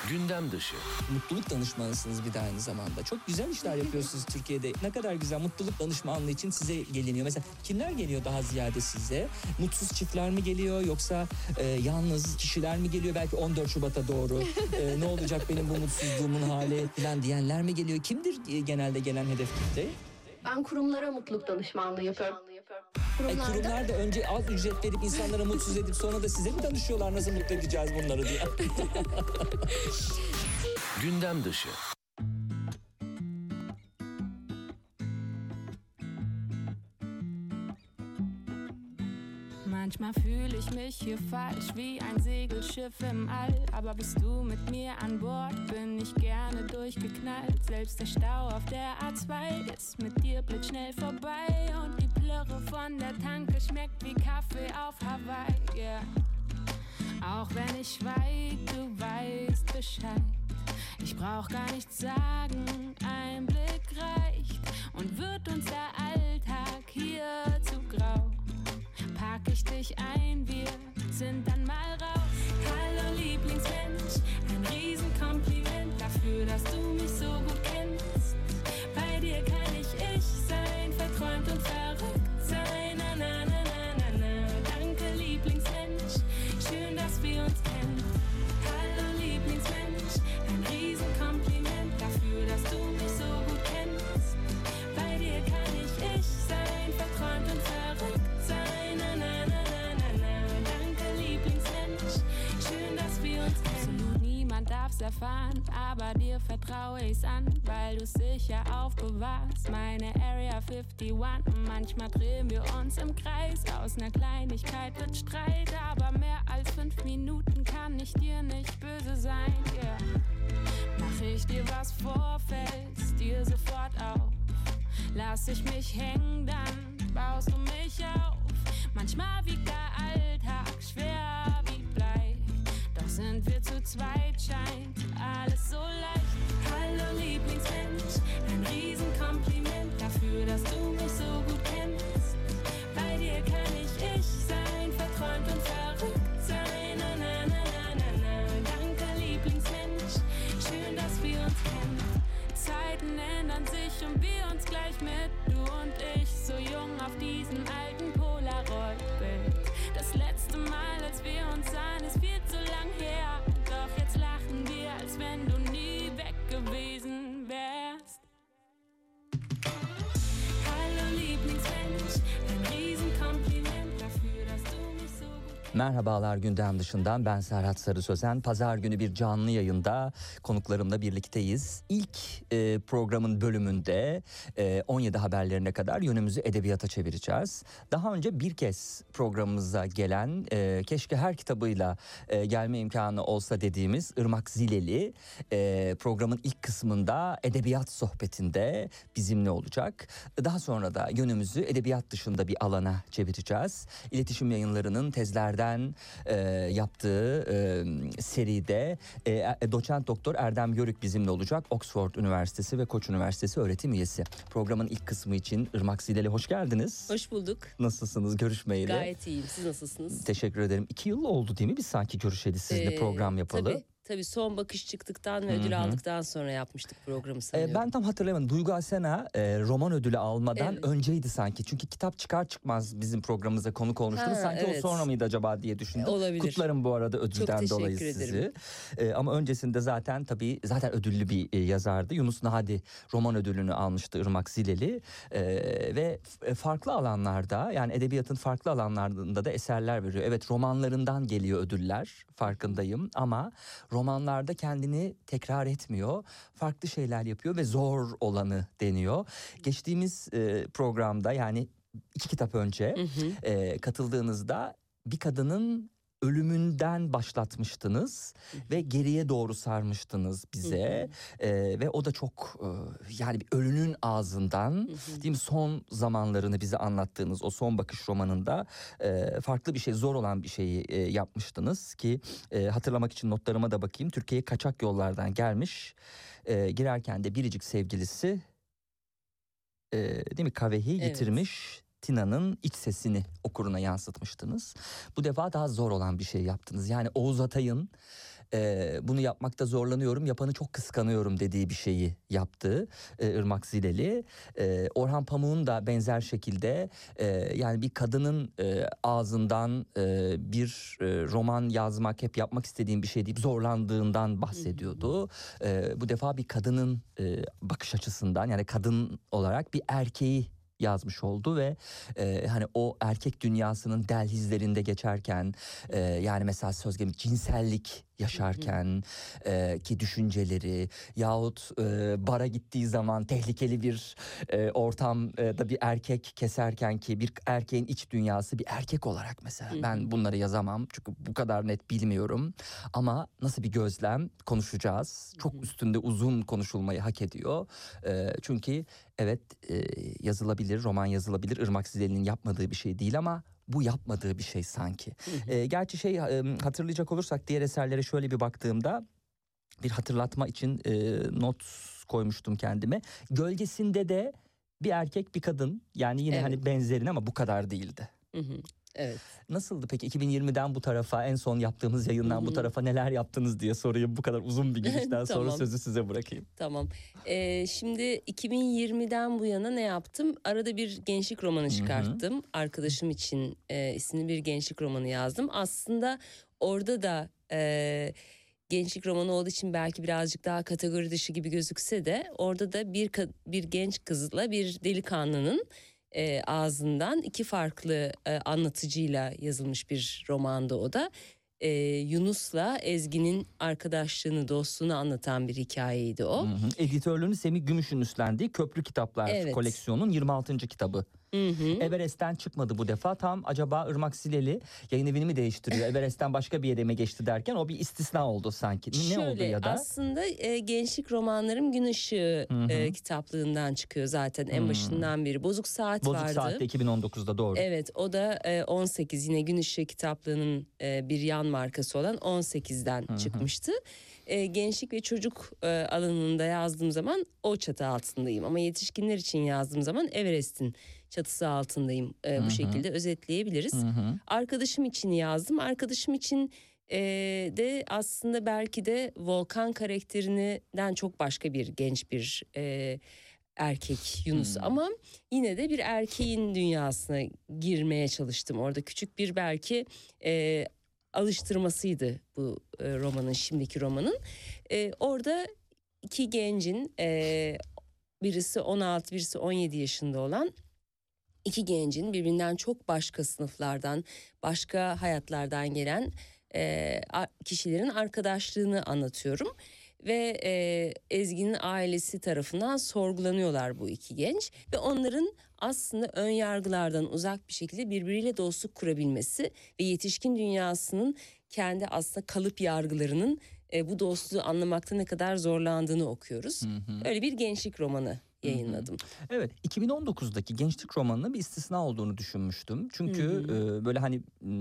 Gündem dışı. Mutluluk danışmanısınız bir de aynı zamanda. Çok güzel işler yapıyorsunuz Türkiye'de. Ne kadar güzel, mutluluk danışmanlığı için size geliniyor. Mesela kimler geliyor daha ziyade size? Mutsuz çiftler mi geliyor yoksa yalnız kişiler mi geliyor? Belki 14 Şubat'a doğru ne olacak benim bu mutsuzluğumun hali falan diyenler mi geliyor? Kimdir genelde gelen hedef kitle? Ben kurumlara mutluluk danışmanlığı yapıyorum. Kurumlar da önce az ücret verip insanlara mutsuz edip sonra da size mi danışıyorlar nasıl mutlu edeceğiz bunları diye? Gündem dışı. Manchmal fühle ich mich hier falsch wie ein Segelschiff im All. Aber bist du mit mir an Bord, bin ich gerne durchgeknallt. Selbst der Stau auf der A2 ist mit dir blitzschnell vorbei. Und die Plörre von der Tanke schmeckt wie Kaffee auf Hawaii, yeah. Auch wenn ich schweig, du weißt Bescheid. Ich brauch gar nichts sagen, ein Blick reicht. Und wird uns der Alltag hier zu grau, pack ich dich ein, wir sind dann mal raus. Hallo Lieblingsmensch, ein Riesenkompliment dafür, dass du mich so gut kennst. Bei dir kann ich sein, verträumt und verrückt sein. Na na na na na na. Danke Lieblingsmensch, schön, dass wir uns kennen. Hallo Lieblingsmensch, ein Riesenkompliment dafür, dass du mich so gut kennst. Bei dir kann ich sein, verträumt und verrückt sein. Na na na na na na. Danke Lieblingsmensch, schön, dass wir uns kennen. Absolut niemand darf's erfahren, aber dir vertraue ich's an, weil du's sicher aufbewahrst. Meine Area 51, manchmal drehen wir uns im Kreis. Aus ner Kleinigkeit wird Streit, aber mehr als 5 Minuten kann ich dir nicht böse sein, yeah. Mach ich dir was vor, fällst dir sofort auf. Lass ich mich hängen, dann baust du mich auf. Manchmal wiegt der Alltag schwer wie Blei, doch sind wir zu zweit, scheint alles so leicht. Hallo Lieblingsmensch, ein Riesenkompliment dafür, dass du mich so gut kennst. Bei dir kann ich sein, verträumt und verrückt sein. Na na na na na na. Danke Lieblingsmensch, schön, dass wir uns kennen. Zeiten ändern sich und wir uns gleich mit, du und ich, so jung auf diesem alten Polaroid-Bild. Das letzte Mal, als wir uns sahen, ist viel zu lang her. Doch jetzt lachen wir, als wenn du nie weg gewesen wärst. Hallo Lieblingsmensch, ein Riesenkompliment dafür, dass du mich so gut kennst. Merhabalar gündem dışından, ben Serhat Sarı Sözen. Pazar günü bir canlı yayında konuklarımla birlikteyiz. İlk programın bölümünde 17 haberlerine kadar yönümüzü edebiyata çevireceğiz. Daha önce bir kez programımıza gelen, keşke her kitabıyla gelme imkanı olsa dediğimiz Irmak Zileli programın ilk kısmında edebiyat sohbetinde bizimle olacak. Daha sonra da yönümüzü edebiyat dışında bir alana çevireceğiz. İletişim Yayınları'nın tezlerden yaptığı seride doçent doktor Erdem Yörük bizimle olacak. Oxford Üniversitesi ve Koç Üniversitesi öğretim üyesi. Programın ilk kısmı için Irmak Zileli, hoş geldiniz. Hoş bulduk. Nasılsınız görüşmeyeli? Gayet iyiyim. Siz nasılsınız? Teşekkür ederim. 2 yıl oldu değil mi biz sanki görüşeli, sizinle program yapalı? Tabii son bakış çıktıktan ve ödül aldıktan sonra yapmıştık programı sanıyorum. Ben tam hatırlayamadım. Duygu Asena roman ödülü almadan önceydi sanki. Çünkü kitap çıkar çıkmaz bizim programımıza konuk olmuştunuz. Sanki o sonra mıydı acaba diye düşündüm. Olabilir. Kutlarım bu arada ödülden dolayı teşekkür sizi. Ama öncesinde zaten ödüllü bir yazardı. Yunus Nadi roman ödülünü almıştı Irmak Zileli. Ve farklı alanlarda, yani edebiyatın farklı alanlarında da eserler veriyor. Evet, romanlarından geliyor ödüller, farkındayım, ama romanlarda kendini tekrar etmiyor. Farklı şeyler yapıyor ve zor olanı deniyor. Geçtiğimiz programda, yani 2 kitap önce katıldığınızda bir kadının ölümünden başlatmıştınız ve geriye doğru sarmıştınız bize. Ve o da çok yani bir ölünün ağzından, değil mi, son zamanlarını bize anlattığınız o Son Bakış romanında farklı bir şey, zor olan bir şeyi yapmıştınız ki hatırlamak için notlarıma da bakayım. Türkiye'ye kaçak yollardan gelmiş, girerken de biricik sevgilisi değil mi, kavehi yitirmiş. Tina'nın iç sesini okuruna yansıtmıştınız. Bu defa daha zor olan bir şey yaptınız. Yani Oğuz Atay'ın bunu yapmakta zorlanıyorum, yapanı çok kıskanıyorum dediği bir şeyi yaptı Irmak Zileli. Orhan Pamuk'un da benzer şekilde yani bir kadının ağzından bir roman yazmak hep yapmak istediğim bir şey deyip zorlandığından bahsediyordu. Bu defa bir kadının bakış açısından, yani kadın olarak bir erkeği yazmış oldu ve hani o erkek dünyasının dehlizlerinde geçerken yani mesela söz gelimi cinsellik yaşarken ki düşünceleri yahut bara gittiği zaman tehlikeli bir ortamda bir erkek keserken ki bir erkeğin iç dünyası bir erkek olarak mesela ben bunları yazamam çünkü bu kadar net bilmiyorum ama nasıl bir gözlem konuşacağız, çok üstünde uzun konuşulmayı hak ediyor çünkü evet yazılabilir, roman yazılabilir, Irmak Zileli'nin yapmadığı bir şey değil ama bu yapmadığı bir şey sanki. Gerçi hatırlayacak olursak diğer eserlere şöyle bir baktığımda bir hatırlatma için not koymuştum kendime. Gölgesinde de bir erkek bir kadın, yani yine hani benzerin ama bu kadar değildi. Evet. Nasıldı peki 2020'den bu tarafa, en son yaptığımız yayından bu tarafa neler yaptınız diye sorayım. Bu kadar uzun bir girişten sonra sözü size bırakayım. Tamam. Şimdi 2020'den bu yana ne yaptım? Arada bir gençlik romanı çıkarttım. Arkadaşım için isimli bir gençlik romanı yazdım. Aslında orada da gençlik romanı olduğu için belki birazcık daha kategori dışı gibi gözükse de orada da bir genç kızla bir delikanlının ağzından iki farklı anlatıcıyla yazılmış bir romandı o da. Yunus'la Ezgi'nin arkadaşlığını, dostluğunu anlatan bir hikayeydi o. Editörlüğünü Semih Gümüş'ün üstlendiği Köprü Kitaplar koleksiyonunun 26. kitabı. Everest'ten çıkmadı bu defa. Tam acaba Irmak Zileli yayın evini mi değiştiriyor? Everest'ten başka bir yere mi geçti derken o bir istisna oldu sanki. Ne oldu ya da? Aslında gençlik romanlarım Gün Işığı kitaplığından çıkıyor zaten en başından beri. Bozuk Saat vardı. Bozuk Saat'te 2019'da doğru. Evet, o da 18 yine Gün Işığı kitaplığının bir yan markası olan 18'den çıkmıştı. Gençlik ve çocuk alanında yazdığım zaman o çatı altındayım. Ama yetişkinler için yazdığım zaman Everest'in çatısı altındayım. Bu şekilde özetleyebiliriz. Arkadaşım için yazdım. Arkadaşım için de aslında belki de Volkan karakterinden çok başka bir genç bir erkek Yunus. Ama yine de bir erkeğin dünyasına girmeye çalıştım. Orada küçük bir belki alıştırmasıydı bu romanın, şimdiki romanın. Orada iki gencin birisi 16 birisi 17 yaşında olan iki gencin birbirinden çok başka sınıflardan, başka hayatlardan gelen kişilerin arkadaşlığını anlatıyorum. Ve Ezgi'nin ailesi tarafından sorgulanıyorlar bu iki genç ve onların aslında ön yargılardan uzak bir şekilde birbiriyle dostluk kurabilmesi ve yetişkin dünyasının kendi aslında kalıp yargılarının bu dostluğu anlamakta ne kadar zorlandığını okuyoruz. Öyle bir gençlik romanı yayınladım. Evet, 2019'daki gençlik romanının bir istisna olduğunu düşünmüştüm. Çünkü böyle hani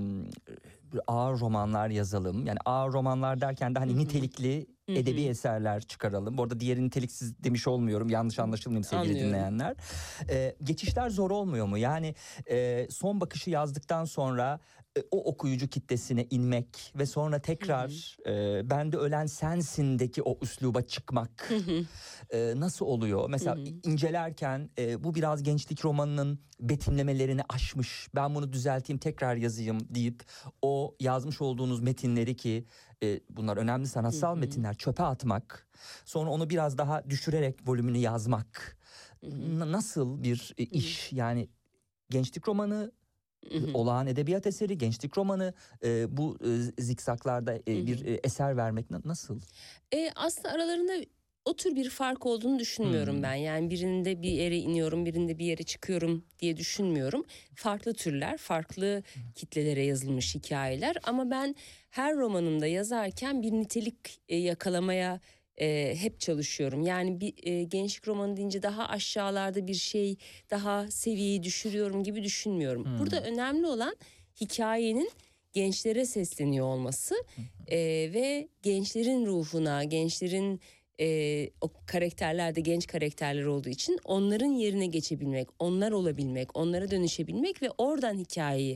ağır romanlar yazalım. Yani ağır romanlar derken de hani nitelikli edebi eserler çıkaralım. Bu arada diğeri niteliksiz demiş olmuyorum. Yanlış anlaşılmayayım sevgili dinleyenler. Geçişler zor olmuyor mu? Yani son bakışı yazdıktan sonra o okuyucu kitlesine inmek ve sonra tekrar bende ölen sensindeki o üsluba çıkmak nasıl oluyor? Mesela incelerken bu biraz gençlik romanının betimlemelerini aşmış. Ben bunu düzelteyim, tekrar yazayım deyip o yazmış olduğunuz metinleri ki bunlar önemli sanatsal metinler çöpe atmak. Sonra onu biraz daha düşürerek volümünü yazmak. Nasıl bir iş? Yani gençlik romanı, olağan edebiyat eseri, gençlik romanı, bu zikzaklarda bir eser vermek nasıl? Aslında aralarında o tür bir fark olduğunu düşünmüyorum ben. Yani birinde bir yere iniyorum, birinde bir yere çıkıyorum diye düşünmüyorum. Farklı türler, farklı kitlelere yazılmış hikayeler. Ama ben her romanımda yazarken bir nitelik yakalamaya hep çalışıyorum. Yani bir gençlik romanı deyince daha aşağılarda bir şey, daha seviyeyi düşürüyorum gibi düşünmüyorum. Burada önemli olan hikayenin gençlere sesleniyor olması ve gençlerin ruhuna, gençlerin o karakterler de genç karakterler olduğu için onların yerine geçebilmek, onlar olabilmek, onlara dönüşebilmek ve oradan hikayeyi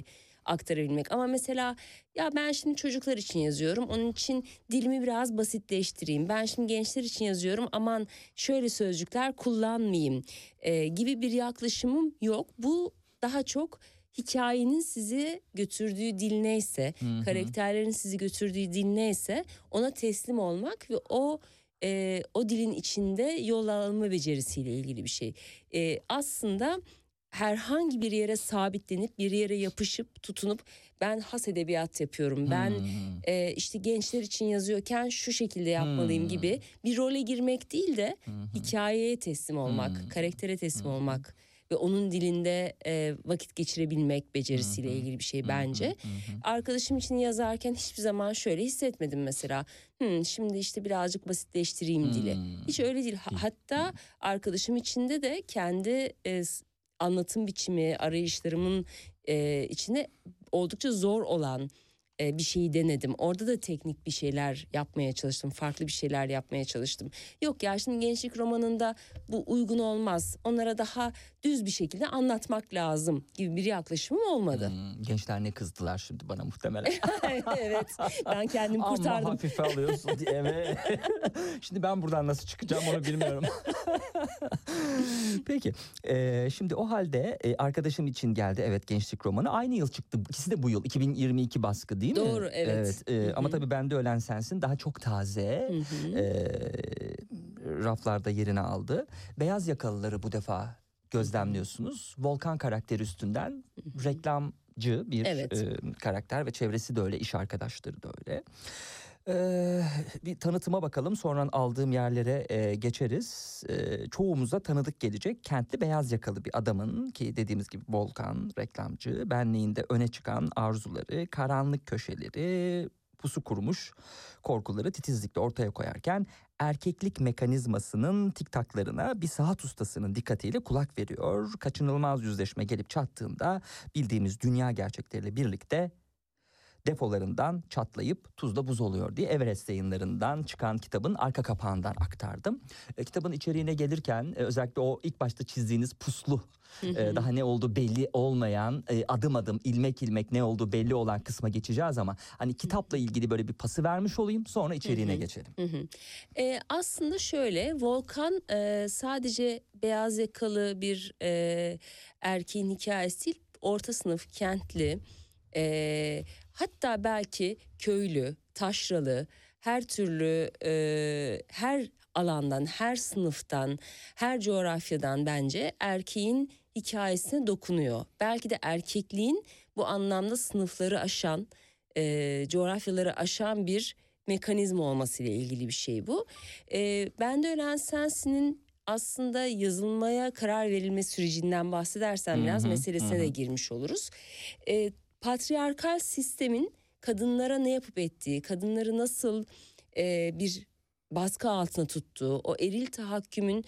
aktarabilmek. Ama mesela ya ben şimdi çocuklar için yazıyorum, onun için dilimi biraz basitleştireyim. Ben şimdi gençler için yazıyorum, aman şöyle sözcükler kullanmayayım gibi bir yaklaşımım yok. Bu daha çok hikayenin sizi götürdüğü dil neyse, karakterlerin sizi götürdüğü dil neyse ona teslim olmak ve o dilin içinde yol alma becerisiyle ilgili bir şey. Aslında herhangi bir yere sabitlenip bir yere yapışıp tutunup ben has edebiyat yapıyorum, ben işte gençler için yazıyorken şu şekilde yapmalıyım gibi bir role girmek değil de hikayeye teslim olmak, karaktere teslim olmak ve onun dilinde vakit geçirebilmek becerisiyle ilgili bir şey bence. Arkadaşım için yazarken hiçbir zaman şöyle hissetmedim mesela. Şimdi işte birazcık basitleştireyim dili. Hiç öyle değil. Hatta arkadaşım içinde de kendi anlatım biçimi, arayışlarımın içine oldukça zor olan bir şeyi denedim. Orada da teknik bir şeyler yapmaya çalıştım. Farklı bir şeyler yapmaya çalıştım. Yok ya şimdi gençlik romanında bu uygun olmaz. Onlara daha düz bir şekilde anlatmak lazım gibi bir yaklaşımım olmadı. Gençler ne kızdılar şimdi bana muhtemelen. Evet, ben kendimi kurtardım. Ama hafife alıyorsun diye. Evet. Şimdi ben buradan nasıl çıkacağım onu bilmiyorum. Peki. Şimdi o halde arkadaşım için geldi. Evet, gençlik romanı. Aynı yıl çıktı. İkisi de bu yıl. 2022 baskı değil mi? Doğru, evet. Ama tabii Bende Ölen Sensin daha çok taze. Raflarda yerini aldı. Beyaz yakalıları bu defa gözlemliyorsunuz. Volkan karakteri üstünden reklamcı bir karakter ve çevresi de öyle, iş arkadaşları da öyle. Bir tanıtıma bakalım, sonra aldığım yerlere geçeriz. Çoğumuza tanıdık gelecek kentli beyaz yakalı bir adamın, ki dediğimiz gibi Volkan reklamcı, benliğinde öne çıkan arzuları, karanlık köşeleri, pusu kurmuş korkuları titizlikle ortaya koyarken erkeklik mekanizmasının tiktaklarına bir saat ustasının dikkatiyle kulak veriyor. Kaçınılmaz yüzleşme gelip çattığında bildiğimiz dünya gerçekleriyle birlikte depolarından çatlayıp tuzla buz oluyor diye Everest Yayınları'ndan çıkan kitabın arka kapağından aktardım. Kitabın içeriğine gelirken özellikle o ilk başta çizdiğiniz puslu, daha ne olduğu belli olmayan, adım adım, ilmek ilmek ne olduğu belli olan kısma geçeceğiz ama hani kitapla ilgili böyle bir pası vermiş olayım, sonra içeriğine geçelim. Aslında şöyle, Volkan sadece beyaz yakalı bir erkeğin hikayesi değil, orta sınıf, kentli, hatta belki köylü, taşralı, her türlü her alandan, her sınıftan, her coğrafyadan bence erkeğin hikayesine dokunuyor. Belki de erkekliğin bu anlamda sınıfları aşan, coğrafyaları aşan bir mekanizma olmasıyla ilgili bir şey bu. Bende Ölen Sensin'in aslında yazılmaya karar verilme sürecinden bahsedersem biraz meselesine de girmiş oluruz. Patriarkal sistemin kadınlara ne yapıp ettiği, kadınları nasıl bir baskı altına tuttuğu, o eril tahakkümün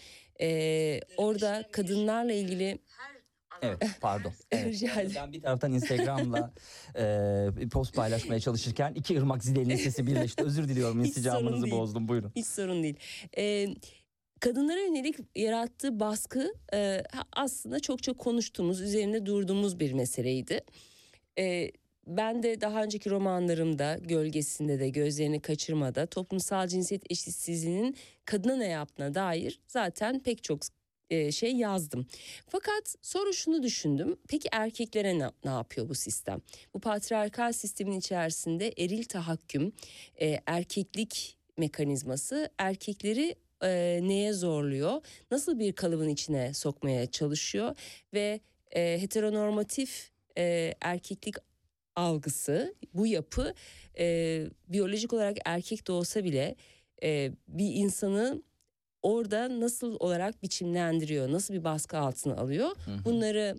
orada kadınlarla ilgili... Evet, pardon. Evet. Ben bir taraftan Instagram'la post paylaşmaya çalışırken iki ırmak Zileli'nin sesi birleşti. Özür diliyorum, insicamınızı bozdum. Buyurun. Hiç sorun değil. Kadınlara yönelik yarattığı baskı aslında çok konuştuğumuz, üzerinde durduğumuz bir meseleydi. Ben de daha önceki romanlarımda, Gölgesinde de, Gözlerini Kaçırma'da toplumsal cinsiyet eşitsizliğinin kadına ne yaptığına dair zaten pek çok şey yazdım. Fakat sonra şunu düşündüm. Peki erkeklere ne yapıyor bu sistem? Bu patriarkal sistemin içerisinde eril tahakküm, erkeklik mekanizması erkekleri neye zorluyor? Nasıl bir kalıbın içine sokmaya çalışıyor? Ve heteronormatif erkeklik algısı, bu yapı biyolojik olarak erkek de olsa bile bir insanı orada nasıl olarak biçimlendiriyor, nasıl bir baskı altına alıyor? Bunları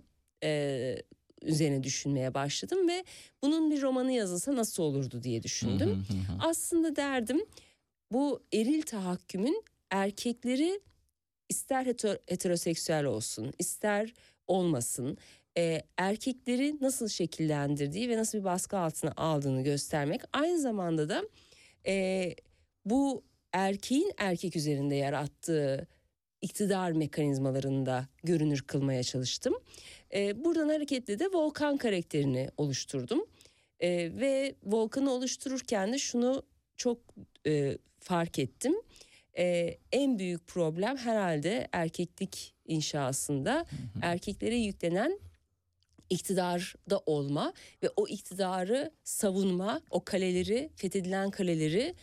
üzerine düşünmeye başladım ve bunun bir romanı yazılsa nasıl olurdu diye düşündüm. Aslında derdim, bu eril tahakkümün erkekleri ister heteroseksüel olsun, ister olmasın, erkekleri nasıl şekillendirdiği ve nasıl bir baskı altına aldığını göstermek. Aynı zamanda da bu erkeğin erkek üzerinde yarattığı iktidar mekanizmalarında görünür kılmaya çalıştım. Buradan hareketle de Volkan karakterini oluşturdum. Ve Volkan'ı oluştururken de şunu çok fark ettim. En büyük problem herhalde erkeklik inşasında erkeklere yüklenen iktidarda olma ve o iktidarı savunma, o kaleleri, fethedilen kaleleri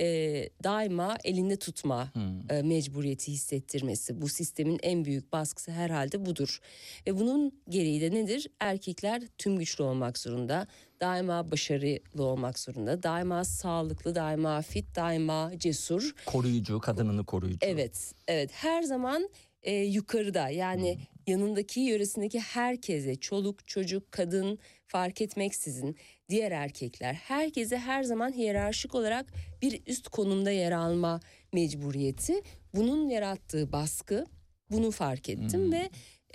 daima elinde tutma mecburiyeti hissettirmesi. Bu sistemin en büyük baskısı herhalde budur. Ve bunun gereği de nedir? Erkekler tüm güçlü olmak zorunda, daima başarılı olmak zorunda, daima sağlıklı, daima fit, daima cesur. Koruyucu, kadınını koruyucu. Evet, evet. Her zaman yukarıda, yani yanındaki, yöresindeki herkese, çoluk, çocuk, kadın fark etmeksizin, diğer erkekler, herkese her zaman hiyerarşik olarak bir üst konumda yer alma mecburiyeti. Bunun yarattığı baskı, bunu fark ettim ve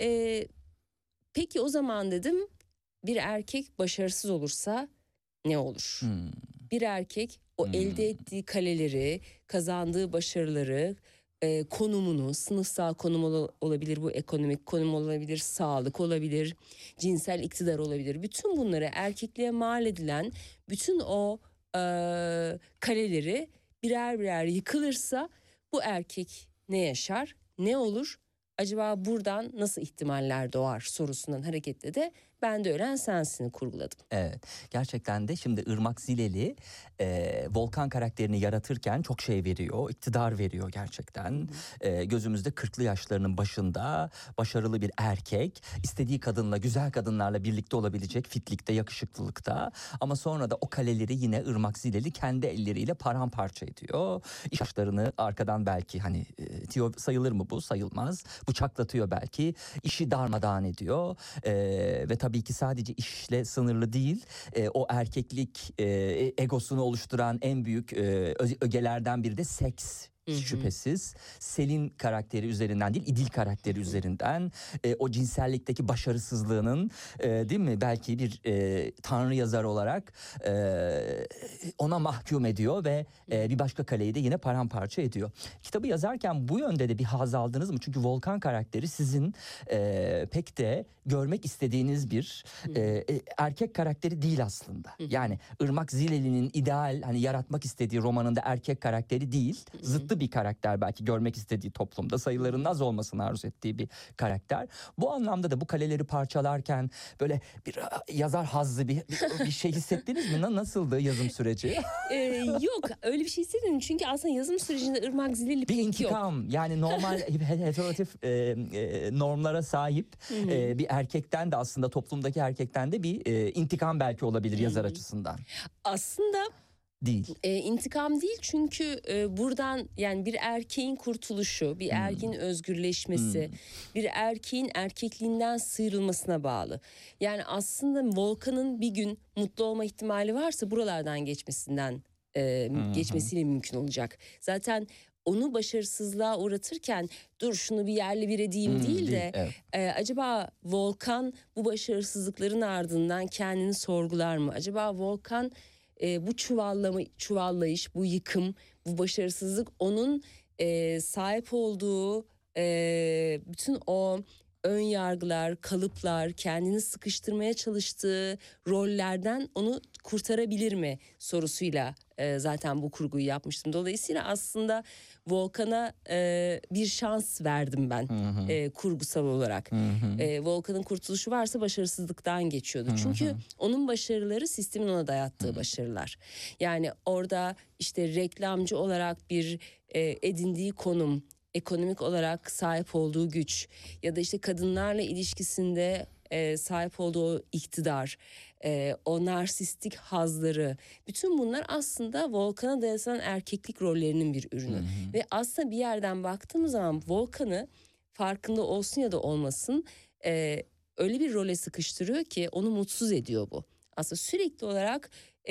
peki o zaman dedim, bir erkek başarısız olursa ne olur? Bir erkek o elde ettiği kaleleri, kazandığı başarıları, konumunu, sınıfsal konum olabilir, bu ekonomik konum olabilir, sağlık olabilir, cinsel iktidar olabilir. Bütün bunları, erkekliğe mal edilen bütün o kaleleri birer birer yıkılırsa bu erkek ne yaşar, ne olur? Acaba buradan nasıl ihtimaller doğar sorusundan hareketle de Ben de Ölen Sensin'i kurguladım. Evet, gerçekten de şimdi Irmak Zileli Volkan karakterini yaratırken çok şey veriyor, iktidar veriyor gerçekten. Gözümüzde 40'lı yaşlarının başında başarılı bir erkek, istediği kadınla, güzel kadınlarla birlikte olabilecek fitlikte, yakışıklılıkta. Ama sonra da o kaleleri yine Irmak Zileli kendi elleriyle paramparça ediyor. İş başlarını arkadan belki hani tiyo sayılır mı bu? Sayılmaz. Bıçaklatıyor belki. İşi darmadağın ediyor. Ve tabii ki sadece işle sınırlı değil. O erkeklik egosunu oluşturan en büyük ögelerden biri de seks. Şüphesiz Selin karakteri üzerinden değil, İdil karakteri üzerinden o cinsellikteki başarısızlığının değil mi belki bir tanrı yazar olarak ona mahkum ediyor ve bir başka kaleyi de yine paramparça ediyor. Kitabı yazarken bu yönde de bir haz aldınız mı? Çünkü Volkan karakteri sizin pek de görmek istediğiniz bir erkek karakteri değil aslında. Yani Irmak Zileli'nin ideal hani yaratmak istediği romanında erkek karakteri değil, zıttı bir karakter, belki görmek istediği toplumda sayılarının az olmasını arzu ettiği bir karakter. Bu anlamda da bu kaleleri parçalarken böyle bir yazar hazzı bir şey hissettiniz mi? Nasıldı yazım süreci? Yok, öyle bir şey hissetmedim. Çünkü aslında yazım sürecinde Irmak Zileli Bir pek yok. intikam, yani normal heterotif normlara sahip bir erkekten de, aslında toplumdaki erkekten de bir intikam belki olabilir yazar açısından. Aslında Değil. intikam değil, çünkü buradan yani bir erkeğin kurtuluşu, bir erkeğin özgürleşmesi, bir erkeğin erkekliğinden sıyrılmasına bağlı. Yani aslında Volkan'ın bir gün mutlu olma ihtimali varsa buralardan geçmesiyle mümkün olacak. Zaten onu başarısızlığa uğratırken dur şunu bir yerle bir edeyim değil de acaba Volkan bu başarısızlıkların ardından kendini sorgular mı? Acaba Volkan bu çuvallayış, bu yıkım, bu başarısızlık onun sahip olduğu bütün o ön yargılar, kalıplar, kendini sıkıştırmaya çalıştığı rollerden onu kurtarabilir mi sorusuyla zaten bu kurguyu yapmıştım. Dolayısıyla aslında Volkan'a bir şans verdim ben kurgusal olarak. Volkan'ın kurtuluşu varsa başarısızlıktan geçiyordu. Çünkü onun başarıları sistemin ona dayattığı başarılar. Yani orada işte reklamcı olarak bir edindiği konum, ekonomik olarak sahip olduğu güç ya da işte kadınlarla ilişkisinde sahip olduğu iktidar, o narsistik hazları, bütün bunlar aslında Volkan'a dayanan erkeklik rollerinin bir ürünü. Ve aslında bir yerden baktığımız zaman Volkan'ı, farkında olsun ya da olmasın, öyle bir role sıkıştırıyor ki onu mutsuz ediyor bu. Aslında sürekli olarak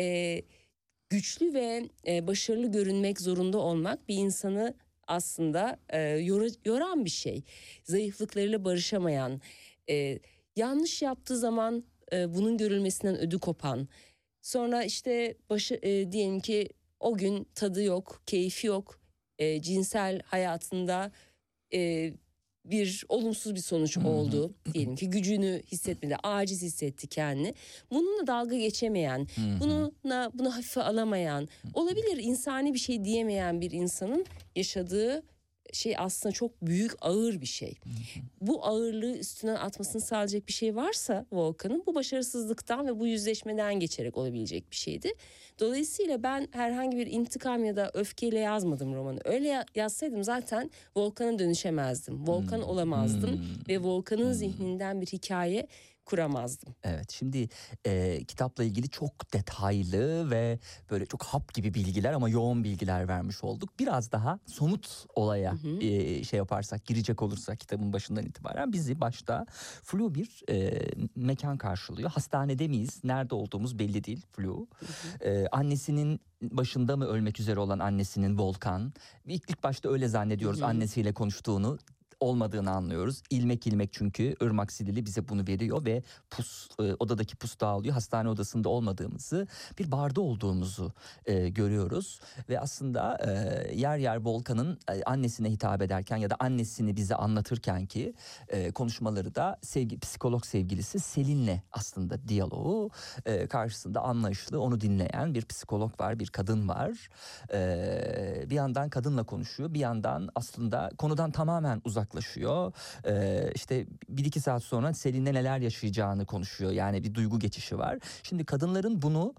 güçlü ve başarılı görünmek zorunda olmak bir insanı aslında yoran bir şey. Zayıflıklarıyla barışamayan, yanlış yaptığı zaman bunun görülmesinden ödü kopan, sonra işte diyelim ki o gün tadı yok, keyfi yok, cinsel hayatında bir olumsuz bir sonuç oldu. Diyelim ki gücünü hissetmedi, aciz hissetti kendini. Bununla dalga geçemeyen, bunu hafife alamayan, olabilir insani bir şey diyemeyen bir insanın yaşadığı şey aslında çok büyük, ağır bir şey. Bu ağırlığı üstünden atmasını sağlayacak bir şey varsa Volkan'ın, bu başarısızlıktan ve bu yüzleşmeden geçerek olabilecek bir şeydi. Dolayısıyla ben herhangi bir intikam ya da öfkeyle yazmadım romanı. Öyle yazsaydım zaten Volkan'a dönüşemezdim. Volkan olamazdım ve Volkan'ın zihninden bir hikaye kuramazdım. Evet, şimdi kitapla ilgili çok detaylı ve böyle çok hap gibi bilgiler ama yoğun bilgiler vermiş olduk. Biraz daha somut olaya şey yaparsak, girecek olursak kitabın başından itibaren bizi başta flu bir mekan karşılıyor. Hastanede miyiz? Nerede olduğumuz belli değil, flu. Annesinin başında mı ölmek üzere olan annesinin, Volkan. İlk başta öyle zannediyoruz annesiyle konuştuğunu. Olmadığını anlıyoruz. İlmek ilmek, çünkü Irmak Zileli bize bunu veriyor ve odadaki pus dağılıyor. Hastane odasında olmadığımızı, bir barda olduğumuzu görüyoruz. Ve aslında yer yer Volkan'ın annesine hitap ederken ya da annesini bize anlatırken ki konuşmaları da psikolog sevgilisi Selin'le aslında diyaloğu, karşısında anlayışlı, onu dinleyen bir psikolog var, bir kadın var. Bir yandan kadınla konuşuyor, bir yandan aslında konudan tamamen uzaklaşıyor. İşte 1-2 saat sonra Selin'le neler yaşayacağını konuşuyor. Yani bir duygu geçişi var. Şimdi kadınların bunu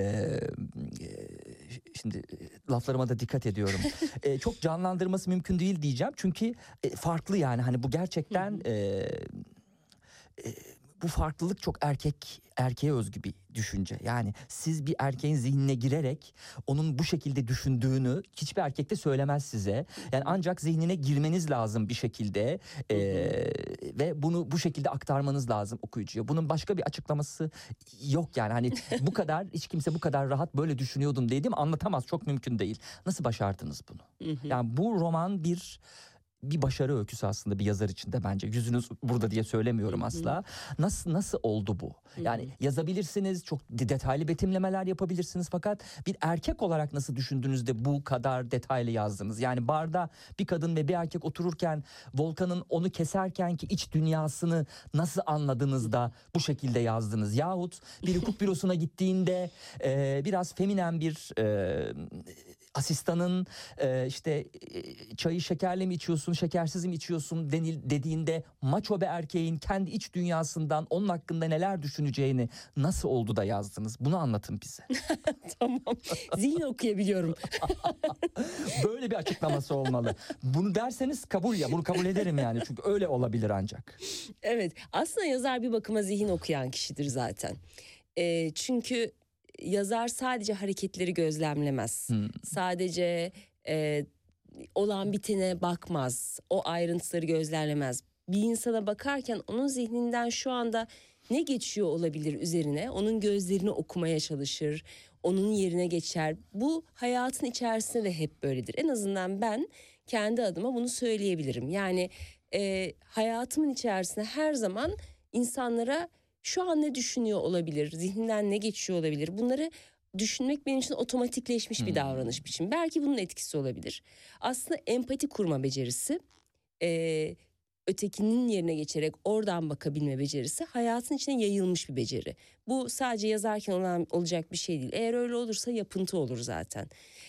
şimdi laflarıma da dikkat ediyorum. Çok canlandırması mümkün değil diyeceğim. Çünkü farklı, yani hani bu gerçekten bu farklılık çok erkeğe özgü bir düşünce. Yani siz bir erkeğin zihnine girerek onun bu şekilde düşündüğünü hiçbir erkek de söylemez size. Yani ancak zihnine girmeniz lazım bir şekilde ve bunu bu şekilde aktarmanız lazım okuyucuya. Bunun başka bir açıklaması yok yani. Hani bu kadar, hiç kimse bu kadar rahat böyle düşünüyordum dediğim anlatamaz, çok mümkün değil. Nasıl başardınız bunu? Yani bu roman bir başarı öyküsü aslında bir yazar için de bence. Yüzünüz burada diye söylemiyorum asla. Nasıl oldu bu? Yani yazabilirsiniz, çok detaylı betimlemeler yapabilirsiniz, fakat bir erkek olarak nasıl düşündüğünüzde bu kadar detaylı yazdınız? Yani barda bir kadın ve bir erkek otururken Volkan'ın onu keserken ki iç dünyasını nasıl anladınız da bu şekilde yazdınız? Yahut bir hukuk bürosuna gittiğinde biraz feminen bir asistanın işte çayı şekerli mi içiyorsun, şekersiz mi içiyorsun dediğinde maço bir erkeğin kendi iç dünyasından onun hakkında neler düşüneceğini nasıl oldu da yazdınız? Bunu anlatın bize. Tamam. Zihin okuyabiliyorum. Böyle bir açıklaması olmalı. Bunu derseniz kabul, ya bunu kabul ederim yani. Çünkü öyle olabilir ancak. Evet. Aslında yazar bir bakıma zihin okuyan kişidir zaten. Çünkü yazar sadece hareketleri gözlemlemez. Sadece olan bitene bakmaz. O ayrıntıları gözlemlemez. Bir insana bakarken onun zihninden şu anda ne geçiyor olabilir üzerine, onun gözlerini okumaya çalışır, onun yerine geçer. Bu hayatın içerisinde de hep böyledir. En azından ben kendi adıma bunu söyleyebilirim. Yani hayatımın içerisinde her zaman insanlara şu an ne düşünüyor olabilir, zihninden ne geçiyor olabilir, bunları düşünmek benim için otomatikleşmiş bir davranış biçimi. Belki bunun etkisi olabilir. Aslında empati kurma becerisi, ötekinin yerine geçerek oradan bakabilme becerisi hayatın içine yayılmış bir beceri. Bu sadece yazarken olacak bir şey değil. Eğer öyle olursa yapıntı olur zaten.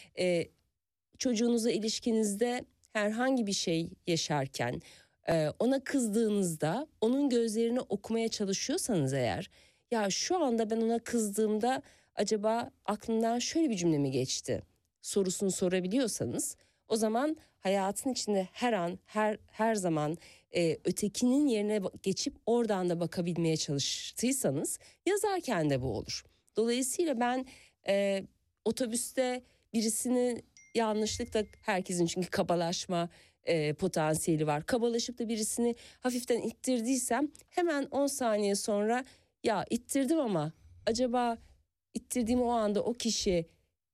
Çocuğunuzla ilişkinizde herhangi bir şey yaşarken ona kızdığınızda onun gözlerini okumaya çalışıyorsanız eğer, ya şu anda ben ona kızdığımda acaba aklımdan şöyle bir cümle mi geçti sorusunu sorabiliyorsanız, o zaman hayatın içinde her an her zaman ötekinin yerine geçip oradan da bakabilmeye çalıştıysanız yazarken de bu olur. Dolayısıyla ben otobüste birisini yanlışlıkla, herkesin çünkü kabalaşma potansiyeli var. Kabalaşıp da birisini hafiften ittirdiysem hemen 10 saniye sonra ya ittirdim ama acaba ittirdiğim o anda o kişi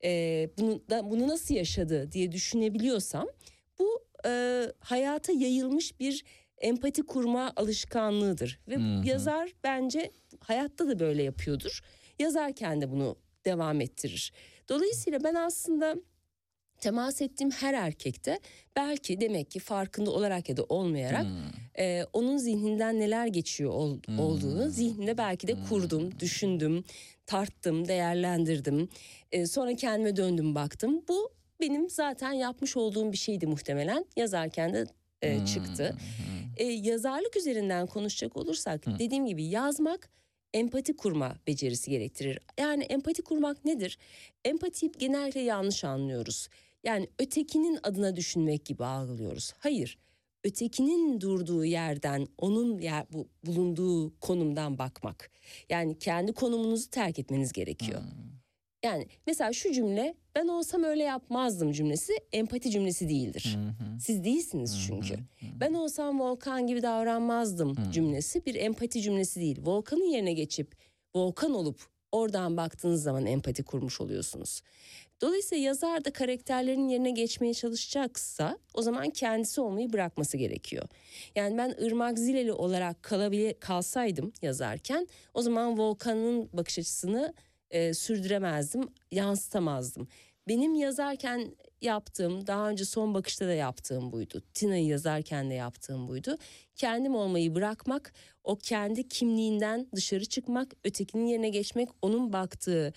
bunu nasıl yaşadı diye düşünebiliyorsam, bu hayata yayılmış bir empati kurma alışkanlığıdır. Ve yazar bence hayatta da böyle yapıyordur. Yazarken de bunu devam ettirir. Dolayısıyla ben aslında temas ettiğim her erkekte belki demek ki farkında olarak ya da olmayarak onun zihninden neler geçiyor olduğunu zihnimde belki de kurdum, düşündüm, tarttım, değerlendirdim. Sonra kendime döndüm, baktım. Bu benim zaten yapmış olduğum bir şeydi muhtemelen. Yazarken de çıktı. Yazarlık üzerinden konuşacak olursak dediğim gibi yazmak empati kurma becerisi gerektirir. Yani empati kurmak nedir? Empatiyi genellikle yanlış anlıyoruz. Yani ötekinin adına düşünmek gibi algılıyoruz. Hayır, ötekinin durduğu yerden, onun bulunduğu konumdan bakmak. Yani kendi konumunuzu terk etmeniz gerekiyor. Yani mesela şu cümle, ben olsam öyle yapmazdım cümlesi empati cümlesi değildir. Siz değilsiniz çünkü. Ben olsam Volkan gibi davranmazdım cümlesi bir empati cümlesi değil. Volkan'ın yerine geçip Volkan olup oradan baktığınız zaman empati kurmuş oluyorsunuz. Dolayısıyla yazar da karakterlerin yerine geçmeye çalışacaksa o zaman kendisi olmayı bırakması gerekiyor. Yani ben Irmak Zileli olarak kalsaydım yazarken o zaman Volkan'ın bakış açısını sürdüremezdim, yansıtamazdım. Benim yazarken yaptığım, daha önce Son Bakış'ta da yaptığım buydu. Tina'yı yazarken de yaptığım buydu. Kendim olmayı bırakmak, o kendi kimliğinden dışarı çıkmak, ötekinin yerine geçmek, onun baktığı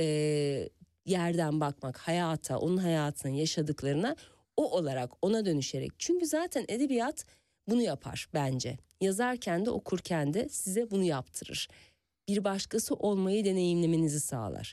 yerden bakmak, hayata, onun hayatının yaşadıklarına o olarak, ona dönüşerek. Çünkü zaten edebiyat bunu yapar bence. Yazarken de okurken de size bunu yaptırır. Bir başkası olmayı deneyimlemenizi sağlar.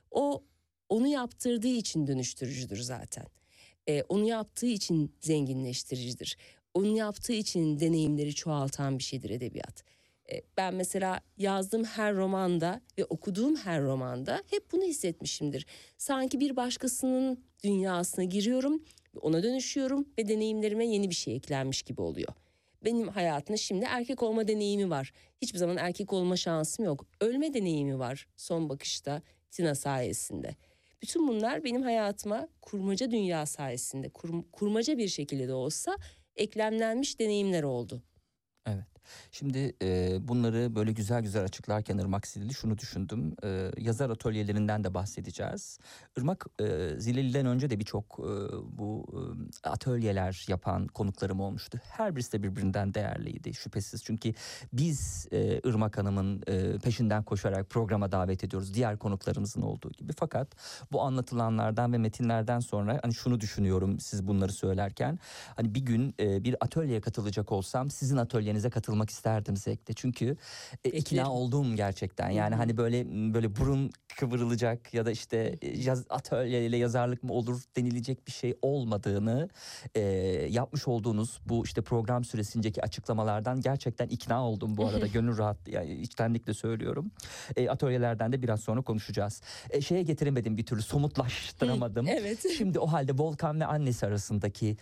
Onu yaptırdığı için dönüştürücüdür zaten. Onu yaptığı için zenginleştiricidir. Onu yaptığı için deneyimleri çoğaltan bir şeydir edebiyat. Ben mesela yazdığım her romanda ve okuduğum her romanda hep bunu hissetmişimdir. Sanki bir başkasının dünyasına giriyorum, ona dönüşüyorum ve deneyimlerime yeni bir şey eklenmiş gibi oluyor. Benim hayatımda şimdi erkek olma deneyimi var. Hiçbir zaman erkek olma şansım yok. Ölme deneyimi var Son Bakış'ta Tina sayesinde. Bütün bunlar benim hayatıma kurmaca dünya sayesinde, kurmaca bir şekilde de olsa eklemlenmiş deneyimler oldu. Evet. Şimdi bunları böyle güzel güzel açıklarken Irmak Zileli şunu düşündüm. Yazar atölyelerinden de bahsedeceğiz. Irmak Zileli'den önce de birçok bu atölyeler yapan konuklarım olmuştu. Her birisi de birbirinden değerliydi şüphesiz. Çünkü biz Irmak Hanım'ın peşinden koşarak programa davet ediyoruz. Diğer konuklarımızın olduğu gibi. Fakat bu anlatılanlardan ve metinlerden sonra hani şunu düşünüyorum siz bunları söylerken. Hani bir gün bir atölyeye katılacak olsam sizin atölyenize katılmak isterdim zevkle. Çünkü ikna oldum gerçekten. Yani hani böyle burun kıvırılacak ya da işte atölyeyle yazarlık mı olur denilecek bir şey olmadığını yapmış olduğunuz bu işte program süresindeki açıklamalardan gerçekten ikna oldum bu arada. Gönül rahat, yani içtenlikle söylüyorum. Atölyelerden de biraz sonra konuşacağız. Şeye getiremedim, bir türlü somutlaştıramadım. Evet. Şimdi o halde Volkan ve annesi arasındaki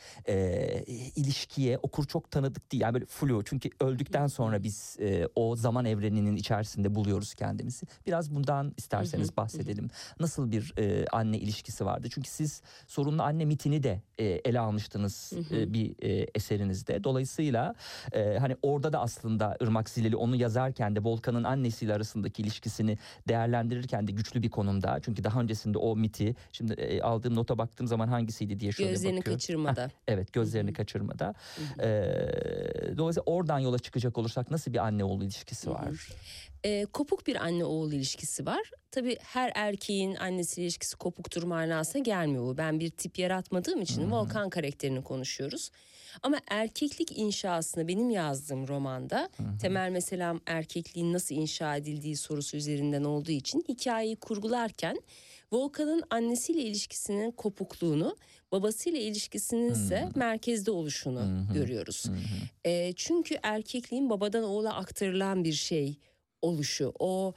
ilişkiye okur çok tanıdık değil. Yani böyle flu, çünkü öldükten sonra biz o zaman evreninin içerisinde buluyoruz kendimizi. Biraz bundan isterseniz bahsedelim. Nasıl bir anne ilişkisi vardı? Çünkü siz sorunlu anne mitini de ele almıştınız bir eserinizde. Dolayısıyla hani orada da aslında Irmak Zileli onu yazarken de Volkan'ın annesiyle arasındaki ilişkisini değerlendirirken de güçlü bir konumda. Çünkü daha öncesinde o miti, şimdi aldığım nota baktığım zaman hangisiydi diye şöyle Gözlerini bakıyorum. kaçırmada. Evet, gözlerini kaçırmada. Dolayısıyla oradan yola çıkacak olursak nasıl bir anne oğul ilişkisi var? Kopuk bir anne oğul ilişkisi var. Tabii her erkeğin annesiyle ilişkisi kopuktur manasına gelmiyor bu. Ben bir tip yaratmadığım için Volkan karakterini konuşuyoruz. Ama erkeklik inşasında benim yazdığım romanda temel meselem erkekliğin nasıl inşa edildiği sorusu üzerinden olduğu için hikayeyi kurgularken Volkan'ın annesiyle ilişkisinin kopukluğunu, babasıyla ilişkisinin ise merkezde oluşunu görüyoruz. Çünkü erkekliğin babadan oğula aktarılan bir şey oluşu, o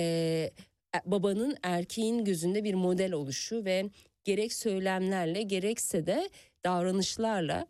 babanın erkeğin gözünde bir model oluşu ve gerek söylemlerle gerekse de davranışlarla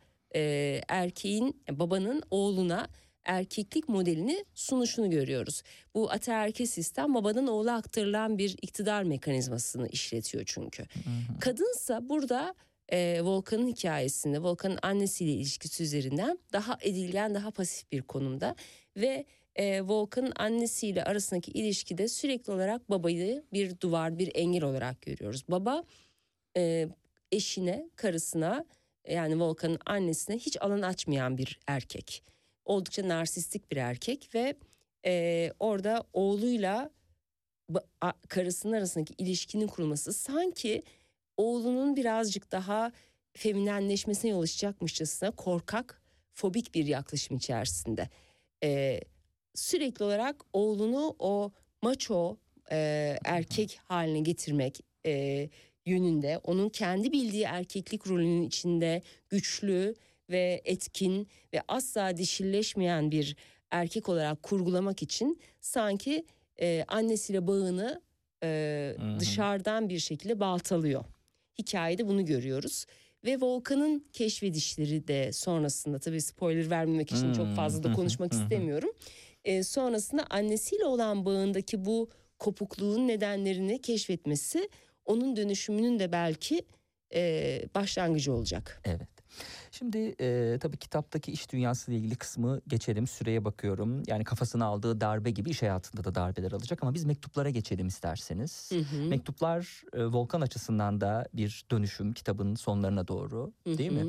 babanın oğluna erkeklik modelini sunuşunu görüyoruz. Bu ataerkil sistem babadan oğula aktarılan bir iktidar mekanizmasını işletiyor çünkü. Kadınsa burada Volkan'ın hikayesinde Volkan'ın annesiyle ilişkisi üzerinden daha edilgen, daha pasif bir konumda ve Volkan'ın annesiyle arasındaki ilişkide sürekli olarak babayı bir duvar, bir engel olarak görüyoruz. Baba eşine, karısına, yani Volkan'ın annesine hiç alan açmayan bir erkek. Oldukça narsistik bir erkek ve orada oğluyla karısının arasındaki ilişkinin kurulması sanki oğlunun birazcık daha feminenleşmesine yol açacakmışçasına korkak, fobik bir yaklaşım içerisinde. Sürekli olarak oğlunu o maço erkek haline getirmek yönünde, onun kendi bildiği erkeklik rolünün içinde güçlü ve etkin ve asla dişilleşmeyen bir erkek olarak kurgulamak için sanki annesiyle bağını dışarıdan bir şekilde baltalıyor. Hikayede bunu görüyoruz. Ve Volkan'ın keşfedişleri de sonrasında, tabii spoiler vermemek için çok fazla da konuşmak istemiyorum. Sonrasında annesiyle olan bağındaki bu kopukluğun nedenlerini keşfetmesi onun dönüşümünün de belki başlangıcı olacak. Evet. Şimdi tabii kitaptaki iş dünyasıyla ilgili kısmı geçelim. Süreye bakıyorum. Yani kafasına aldığı darbe gibi iş hayatında da darbeler alacak. Ama biz mektuplara geçelim isterseniz. Mektuplar Volkan açısından da bir dönüşüm kitabın sonlarına doğru, değil mi?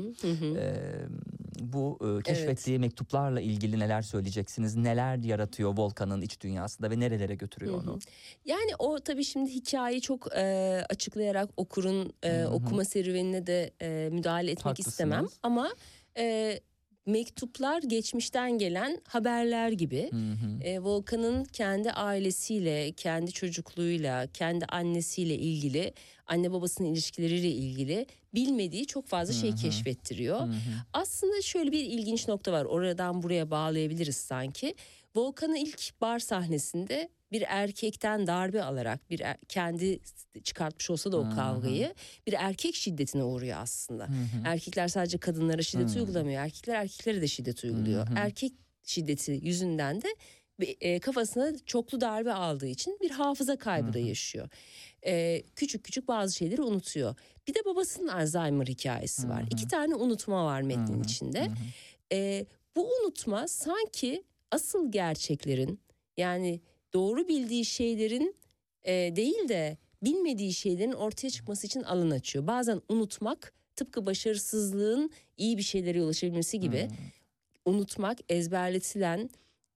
Bu keşfettiği mektuplarla ilgili neler söyleyeceksiniz? Neler yaratıyor Volkan'ın iç dünyasında ve nerelere götürüyor onu? Yani o tabii şimdi hikayeyi çok açıklayarak okurun okuma serüvenine de müdahale etmek Haklısınız. istemem. Ama mektuplar geçmişten gelen haberler gibi. Volkan'ın kendi ailesiyle, kendi çocukluğuyla, kendi annesiyle ilgili, anne babasının ilişkileriyle ilgili bilmediği çok fazla şey keşfettiriyor. Aslında şöyle bir ilginç nokta var. Oradan buraya bağlayabiliriz sanki. Volkan'ın ilk bar sahnesinde bir erkekten darbe alarak, kendi çıkartmış olsa da o kavgayı, bir erkek şiddetine uğruyor aslında. Erkekler sadece kadınlara şiddet uygulamıyor. Erkekler erkeklere de şiddet uyguluyor. Erkek şiddeti yüzünden de kafasına çoklu darbe aldığı için bir hafıza kaybı da yaşıyor. Küçük küçük bazı şeyleri unutuyor. Bir de babasının Alzheimer hikayesi var. 2 tane unutma var metnin içinde. Bu unutma sanki asıl gerçeklerin, yani doğru bildiği şeylerin değil de bilmediği şeylerin ortaya çıkması için alan açıyor. Bazen unutmak tıpkı başarısızlığın iyi bir şeylere ulaşabilmesi gibi unutmak, ezberletilen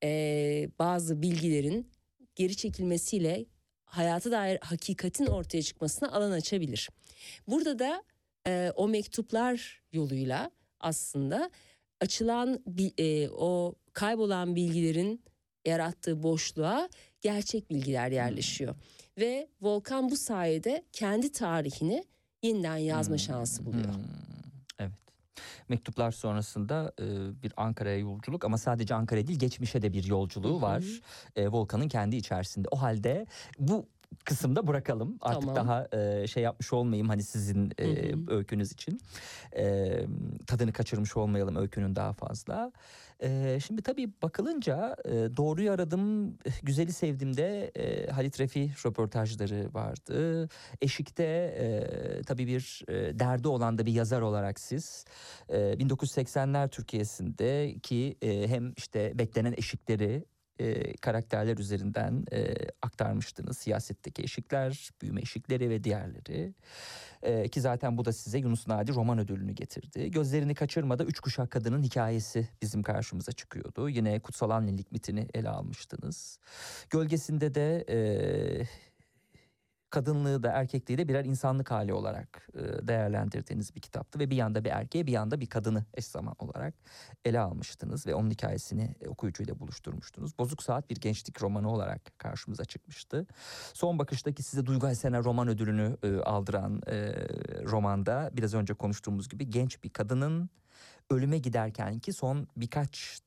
bazı bilgilerin geri çekilmesiyle hayata dair hakikatin ortaya çıkmasına alan açabilir. Burada da o mektuplar yoluyla aslında açılan o kaybolan bilgilerin yarattığı boşluğa gerçek bilgiler yerleşiyor. Ve Volkan bu sayede kendi tarihini yeniden yazma şansı buluyor. Evet. Mektuplar sonrasında bir Ankara'ya yolculuk, ama sadece Ankara değil, geçmişe de bir yolculuğu var. Volkan'ın kendi içerisinde. O halde bu kısımda bırakalım. Artık daha şey yapmış olmayayım hani sizin öykünüz için. Tadını kaçırmış olmayalım öykünün daha fazla. Şimdi tabii bakılınca Doğruyu Aradım, Güzeli Sevdim'de Halit Refi röportajları vardı. Eşik'te tabii bir derdi olan da bir yazar olarak siz 1980'ler Türkiye'sinde ki hem işte beklenen eşikleri karakterler üzerinden aktarmıştınız. Siyasetteki eşikler, büyüme eşikleri ve diğerleri. Ki zaten bu da size Yunus Nadi roman ödülünü getirdi. Gözlerini Kaçırma'da 3 kuşak kadının hikayesi bizim karşımıza çıkıyordu. Yine Kutsal Annelik mitini ele almıştınız. Gölgesinde de kadınlığı da erkekliği de birer insanlık hali olarak değerlendirdiğiniz bir kitaptı. Ve bir yanda bir erkeği, bir yanda bir kadını eş zaman olarak ele almıştınız. Ve onun hikayesini okuyucuyla buluşturmuştunuz. Bozuk Saat bir gençlik romanı olarak karşımıza çıkmıştı. Son Bakış'taki size Duygu Esener roman ödülünü aldıran romanda biraz önce konuştuğumuz gibi genç bir kadının ölüme giderkenki son birkaç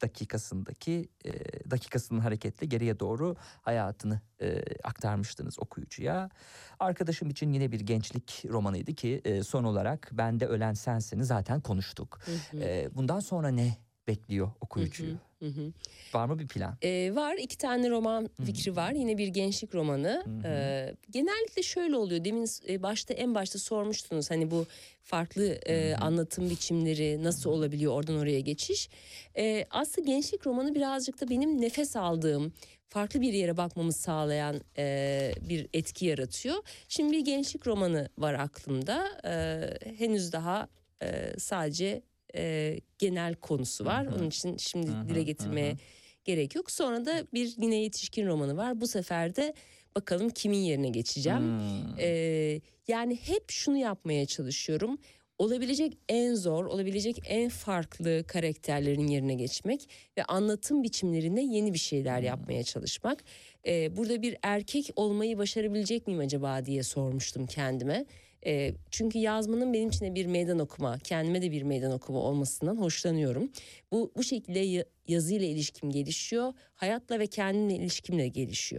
dakikasının hareketle geriye doğru hayatını aktarmıştınız okuyucuya. Arkadaşım için yine bir gençlik romanıydı ki son olarak Bende Ölen Sensin'i zaten konuştuk. Bundan sonra ne bekliyor okuyucuyu? Var mı bir plan? Var, 2 tane roman fikri var. Yine bir gençlik romanı. Genellikle şöyle oluyor. Demin en başta sormuştunuz hani bu farklı anlatım biçimleri nasıl olabiliyor, oradan oraya geçiş. Aslında gençlik romanı birazcık da benim nefes aldığım, farklı bir yere bakmamı sağlayan bir etki yaratıyor. Şimdi bir gençlik romanı var aklımda. Henüz daha sadece genel konusu var. Onun için şimdi dile getirmeye gerek yok. Sonra da bir yine yetişkin romanı var. Bu sefer de bakalım kimin yerine geçeceğim. Yani hep şunu yapmaya çalışıyorum. Olabilecek en zor, olabilecek en farklı karakterlerin yerine geçmek ve anlatım biçimlerinde yeni bir şeyler yapmaya çalışmak. Burada bir erkek olmayı başarabilecek miyim acaba diye sormuştum kendime. Çünkü yazmanın benim için de bir meydan okuma, kendime de bir meydan okuma olmasından hoşlanıyorum. Bu şekilde yazıyla ilişkim gelişiyor, hayatla ve kendimle ilişkim de gelişiyor.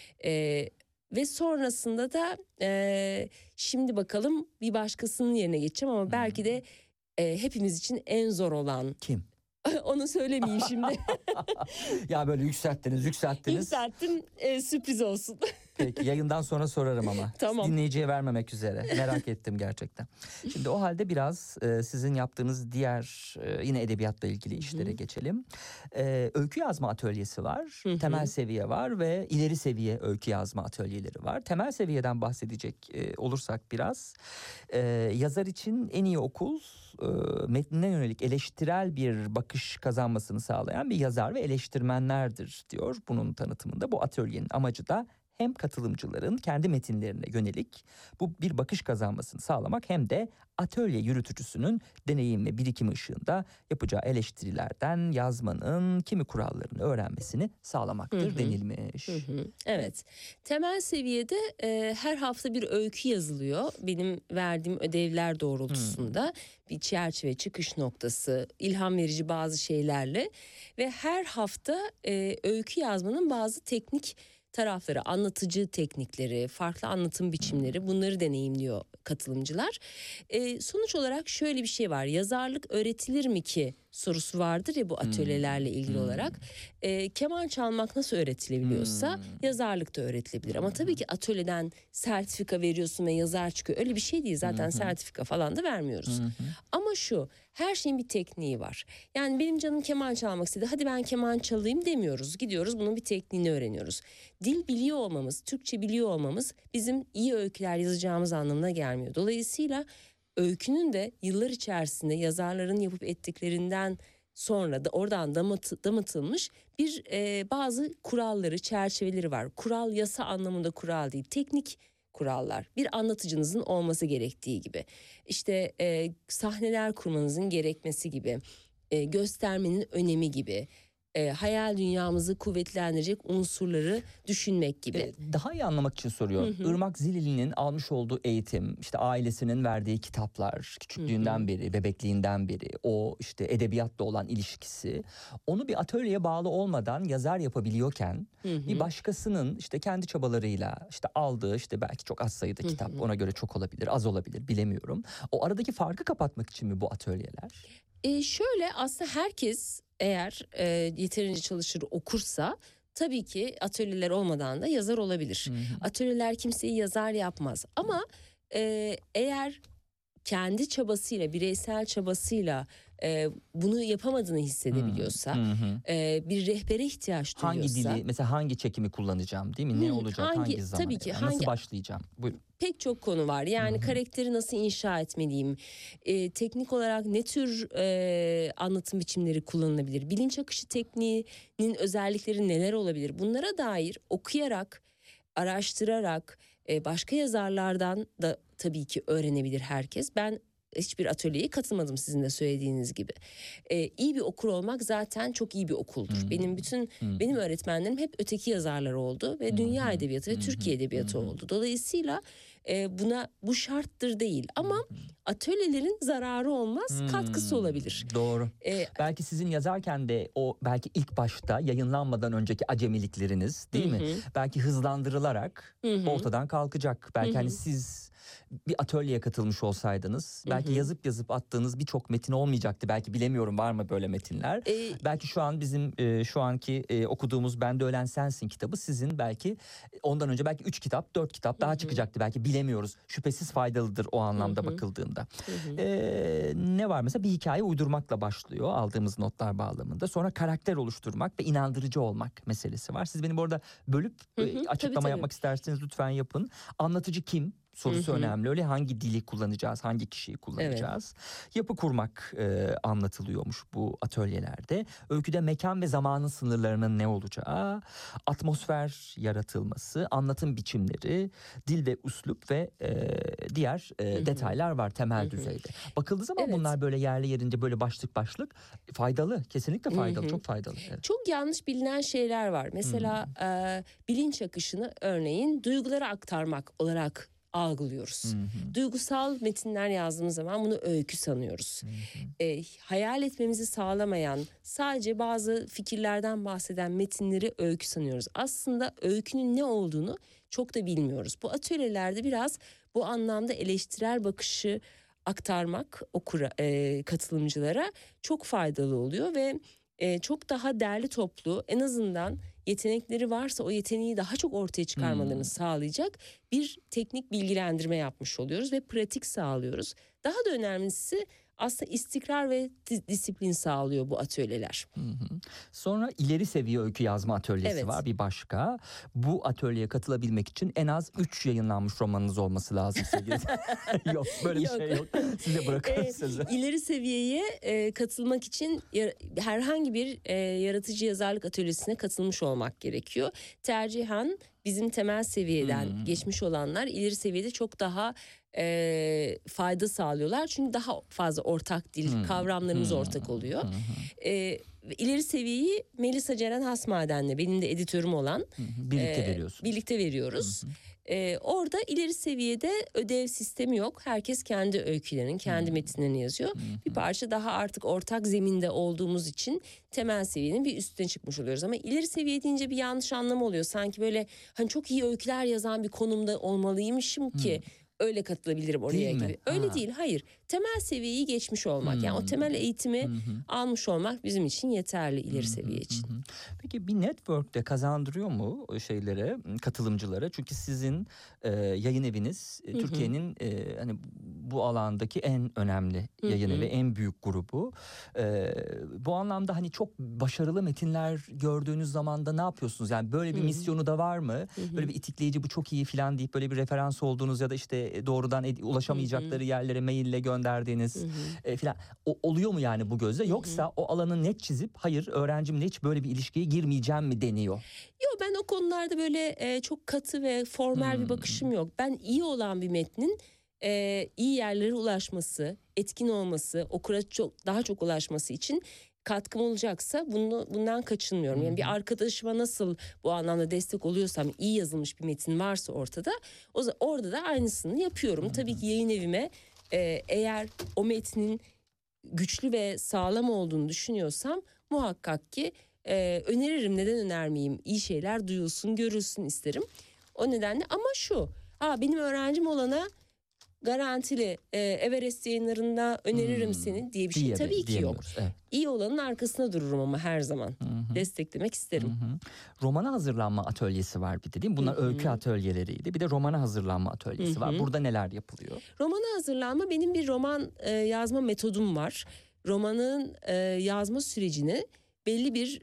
Ve sonrasında da şimdi bakalım bir başkasının yerine geçeceğim ama belki de hepimiz için en zor olan. Kim? Onu söylemeyeyim şimdi. Ya böyle yükselttiniz. Yükselttim, sürpriz olsun. Peki yayından sonra sorarım ama. Tamam. Dinleyiciye vermemek üzere. Merak ettim gerçekten. Şimdi o halde biraz sizin yaptığınız diğer yine edebiyatla ilgili işlere geçelim. Öykü yazma atölyesi var. Temel seviye var ve ileri seviye öykü yazma atölyeleri var. Temel seviyeden bahsedecek olursak biraz. Yazar için en iyi okul metnine yönelik eleştirel bir bakış kazanmasını sağlayan bir yazar ve eleştirmenlerdir diyor bunun tanıtımında. Bu atölyenin amacı da hem katılımcıların kendi metinlerine yönelik bu bir bakış kazanmasını sağlamak hem de atölye yürütücüsünün deneyim ve birikimi ışığında yapacağı eleştirilerden yazmanın kimi kurallarını öğrenmesini sağlamaktır denilmiş. Evet. Temel seviyede her hafta bir öykü yazılıyor. Benim verdiğim ödevler doğrultusunda bir çerçeve, çıkış noktası, ilham verici bazı şeylerle ve her hafta öykü yazmanın bazı teknik tarafları, anlatıcı teknikleri, farklı anlatım biçimleri, bunları deneyimliyor katılımcılar. Sonuç olarak şöyle bir şey var. Yazarlık öğretilir mi ki sorusu vardır ya bu atölyelerle ilgili olarak. Keman çalmak nasıl öğretilebiliyorsa yazarlık da öğretilebilir. Ama tabii ki atölyeden sertifika veriyorsun ve yazar çıkıyor. Öyle bir şey değil. Zaten sertifika falan da vermiyoruz. Ama şu, her şeyin bir tekniği var. Yani benim canım keman çalmak istedi. Hadi ben keman çalayım demiyoruz. Gidiyoruz, bunun bir tekniğini öğreniyoruz. Dil biliyor olmamız, Türkçe biliyor olmamız bizim iyi öyküler yazacağımız anlamına gelmiyor. Dolayısıyla öykünün de yıllar içerisinde yazarların yapıp ettiklerinden sonra da oradan damıtılmış bir bazı kuralları, çerçeveleri var. Kural yasa anlamında kural değil, teknik kurallar. Bir anlatıcınızın olması gerektiği gibi. İşte sahneler kurmanızın gerekmesi gibi, göstermenin önemi gibi. Hayal dünyamızı kuvvetlendirecek unsurları düşünmek gibi. Daha iyi anlamak için soruyor. Irmak Zilili'nin almış olduğu eğitim, işte ailesinin verdiği kitaplar, küçüklüğünden beri, bebekliğinden beri, o işte edebiyatla olan ilişkisi, onu bir atölyeye bağlı olmadan yazar yapabiliyorken, bir başkasının işte kendi çabalarıyla işte aldığı işte belki çok az sayıda kitap, ona göre çok olabilir, az olabilir, bilemiyorum. O aradaki farkı kapatmak için mi bu atölyeler? Şöyle, aslında herkes eğer yeterince çalışır, okursa tabii ki atölyeler olmadan da yazar olabilir. Atölyeler kimseyi yazar yapmaz ama eğer kendi çabasıyla, bireysel çabasıyla bunu yapamadığını hissedebiliyorsa, bir rehbere ihtiyaç duyuyorsa. Hangi dili, mesela hangi çekimi kullanacağım, değil mi? Ne olacak, hangi zaman? Tabii ki, Yani nasıl başlayacağım? Buyurun. Pek çok konu var. Yani karakteri nasıl inşa etmeliyim? Teknik olarak ne tür anlatım biçimleri kullanılabilir? Bilinç akışı tekniğinin özellikleri neler olabilir? Bunlara dair okuyarak, araştırarak, başka yazarlardan da tabii ki öğrenebilir herkes. Ben hiçbir atölyeye katılmadım sizin de söylediğiniz gibi. İyi bir okur olmak zaten çok iyi bir okuldur. Benim öğretmenlerim hep öteki yazarlar oldu ve dünya edebiyatı ve Türkiye edebiyatı oldu. Dolayısıyla bu şarttır değil ama atölyelerin zararı olmaz, katkısı olabilir. Doğru. Belki sizin yazarken de o belki ilk başta yayınlanmadan önceki acemilikleriniz, değil mi? Belki hızlandırılarak ortadan kalkacak. Belki hani siz bir atölyeye katılmış olsaydınız belki yazıp attığınız birçok metin olmayacaktı. Belki bilemiyorum, var mı böyle metinler? Belki şu an bizim şu anki okuduğumuz Bende Ölen Sensin kitabı sizin belki ondan önce belki 3 kitap 4 kitap daha çıkacaktı. Belki bilemiyoruz. Şüphesiz faydalıdır o anlamda bakıldığında. Ne var mesela, bir hikaye uydurmakla başlıyor aldığımız notlar bağlamında. Sonra karakter oluşturmak ve inandırıcı olmak meselesi var. Siz beni bu arada bölüp açıklama tabii. yapmak isterseniz lütfen yapın. Anlatıcı kim? Sorusu önemli. Öyle hangi dili kullanacağız, hangi kişiyi kullanacağız? Yapı kurmak anlatılıyormuş bu atölyelerde. Öyküde mekan ve zamanın sınırlarının ne olacağı, atmosfer yaratılması, anlatım biçimleri, dil ve üslup ve diğer detaylar var temel düzeyde. Bakıldığı zaman bunlar böyle yerli yerince böyle başlık faydalı. Kesinlikle faydalı, çok faydalı. Evet. Çok yanlış bilinen şeyler var. Mesela bilinç akışını örneğin duygulara aktarmak olarak algılıyoruz. Duygusal metinler yazdığımız zaman bunu öykü sanıyoruz. Hayal etmemizi sağlamayan, sadece bazı fikirlerden bahseden metinleri öykü sanıyoruz. Aslında öykünün ne olduğunu çok da bilmiyoruz. Bu atölyelerde biraz bu anlamda eleştirel bakışı aktarmak katılımcılara çok faydalı oluyor ve çok daha derli toplu, en azından yetenekleri varsa o yeteneği daha çok ortaya çıkarmalarını sağlayacak bir teknik bilgilendirme yapmış oluyoruz ve pratik sağlıyoruz. Daha da önemlisi aslında istikrar ve disiplin sağlıyor bu atölyeler. Sonra ileri seviye öykü yazma atölyesi var bir başka. Bu atölyeye katılabilmek için en az 3 yayınlanmış romanınız olması lazım sevgili. Yok, böyle bir şey yok. Size bırakıyorum sözü. İleri seviyeye katılmak için herhangi bir yaratıcı yazarlık atölyesine katılmış olmak gerekiyor. Tercihen bizim temel seviyeden geçmiş olanlar ileri seviyede çok daha fayda sağlıyorlar. Çünkü daha fazla ortak dil, kavramlarımız ortak oluyor. İleri seviyeyi Melisa Ceren Hasmaden'le, benim de editörüm olan birlikte veriyoruz. Orada ileri seviyede ödev sistemi yok. Herkes kendi öykülerini, kendi metinlerini yazıyor. Bir parça daha artık ortak zeminde olduğumuz için temel seviyenin bir üstüne çıkmış oluyoruz. Ama ileri seviye deyince bir yanlış anlamı oluyor. Sanki böyle hani çok iyi öyküler yazan bir konumda olmalıymışım ki öyle katılabilirim oraya gibi. Öyle değil, hayır. Temel seviyeyi geçmiş olmak, yani o temel eğitimi almış olmak bizim için yeterli ileri seviye için. Peki bir network'te kazandırıyor mu şeylere, katılımcılara? Çünkü sizin yayın eviniz Türkiye'nin hani bu alandaki en önemli yayını ve en büyük grubu. Bu anlamda hani çok başarılı metinler gördüğünüz zaman da ne yapıyorsunuz? Yani böyle bir misyonu da var mı? Böyle bir itikleyici, bu çok iyi falan deyip böyle bir referans olduğunuz ya da işte doğrudan ulaşamayacakları yerlere maille gönderdiğiniz falan oluyor mu yani bu gözle? Yoksa o alanı net çizip hayır öğrencimle hiç böyle bir ilişkiye girmeyeceğim mi deniyor? Yok, ben o konularda böyle çok katı ve formal bir bakışım yok. Ben iyi olan bir metnin iyi yerlere ulaşması, etkin olması, okura daha çok ulaşması için katkım olacaksa bundan kaçınmıyorum. Yani bir arkadaşıma nasıl bu anlamda destek oluyorsam, iyi yazılmış bir metin varsa orada da aynısını yapıyorum. Tabii ki yayın evime eğer o metnin güçlü ve sağlam olduğunu düşünüyorsam muhakkak ki öneririm. Neden önermeyeyim? İyi şeyler duyulsun, görülsün isterim. O nedenle ama benim öğrencim olana garantili Everest yayınlarında öneririm seni diye bir şey tabii ki yok. Evet. İyi olanın arkasında dururum ama her zaman. Desteklemek isterim. Romana hazırlanma atölyesi var bir de, değil mi? Bunlar öykü atölyeleriydi. Bir de romana hazırlanma atölyesi var. Burada neler yapılıyor? Romana hazırlanma, benim bir roman yazma metodum var. Romanın yazma sürecini belli bir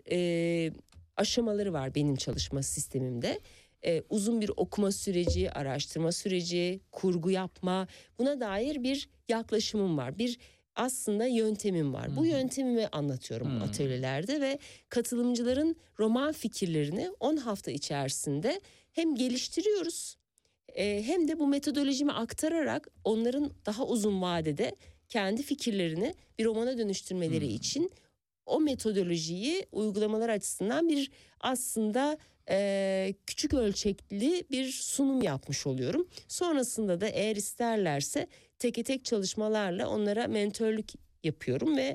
aşamaları var benim çalışma sistemimde. Uzun bir okuma süreci, araştırma süreci, kurgu yapma, buna dair bir yaklaşımım var. Bir aslında yöntemim var. Bu yöntemimi anlatıyorum atölyelerde ve katılımcıların roman fikirlerini 10 hafta içerisinde hem geliştiriyoruz hem de bu metodolojimi aktararak onların daha uzun vadede kendi fikirlerini bir romana dönüştürmeleri için o metodolojiyi uygulamalar açısından bir aslında küçük ölçekli bir sunum yapmış oluyorum. Sonrasında da eğer isterlerse tek tek çalışmalarla onlara mentörlük yapıyorum ve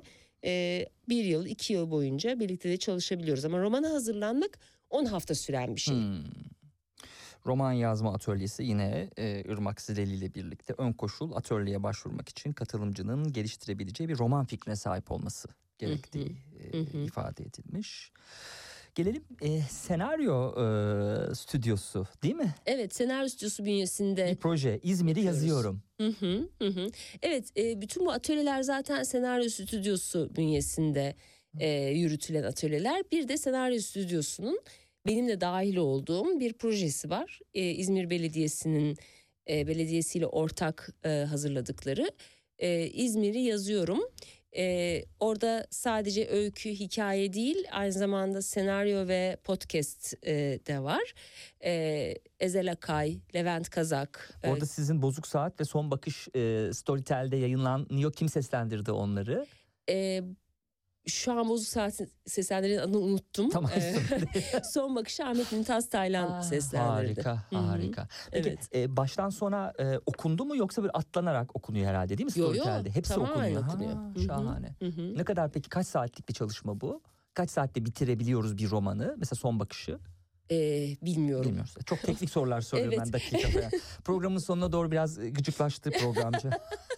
1 yıl 2 yıl boyunca birlikte de çalışabiliyoruz. Ama romana hazırlanmak 10 hafta süren bir şey. roman yazma atölyesi yine Irmak Zileli ile birlikte ön koşul atölyeye başvurmak için katılımcının geliştirebileceği bir roman fikrine sahip olması gerektiği ifade edilmiş. Gelelim senaryo stüdyosu değil mi? Evet, senaryo stüdyosu bünyesinde. Bir proje İzmir'i yapıyoruz. yazıyorum. Evet, bütün bu atölyeler zaten senaryo stüdyosu bünyesinde yürütülen atölyeler. Bir de senaryo stüdyosunun benim de dahil olduğum bir projesi var. İzmir Belediyesi'nin belediyesiyle ortak hazırladıkları İzmir'i yazıyorum. Orada sadece öykü, hikaye değil, aynı zamanda senaryo ve podcast de var. Ezel Akay, Levent Kazak. Orada sizin Bozuk Saat ve Son Bakış Storytel'de yayınlanıyor. Kim seslendirdi onları? Şu an Bozuk Saat seslendirenin adını unuttum. Tamam. Son Bakış Ahmet Mümtaz Taylan seslendirdi. Harika. Peki baştan sona okundu mu yoksa bir atlanarak okunuyor herhalde değil mi Storytel'de? Hepsi tamamen okunuyor. Şahane. Ne kadar peki, kaç saatlik bir çalışma bu? Kaç saatte bitirebiliyoruz bir romanı? Mesela Son Bakış'ı. Bilmiyorum. Bilmiyoruz. Çok teknik sorular soruyorum ben dakikada. Programın sonuna doğru biraz gıcıklaştı programcı.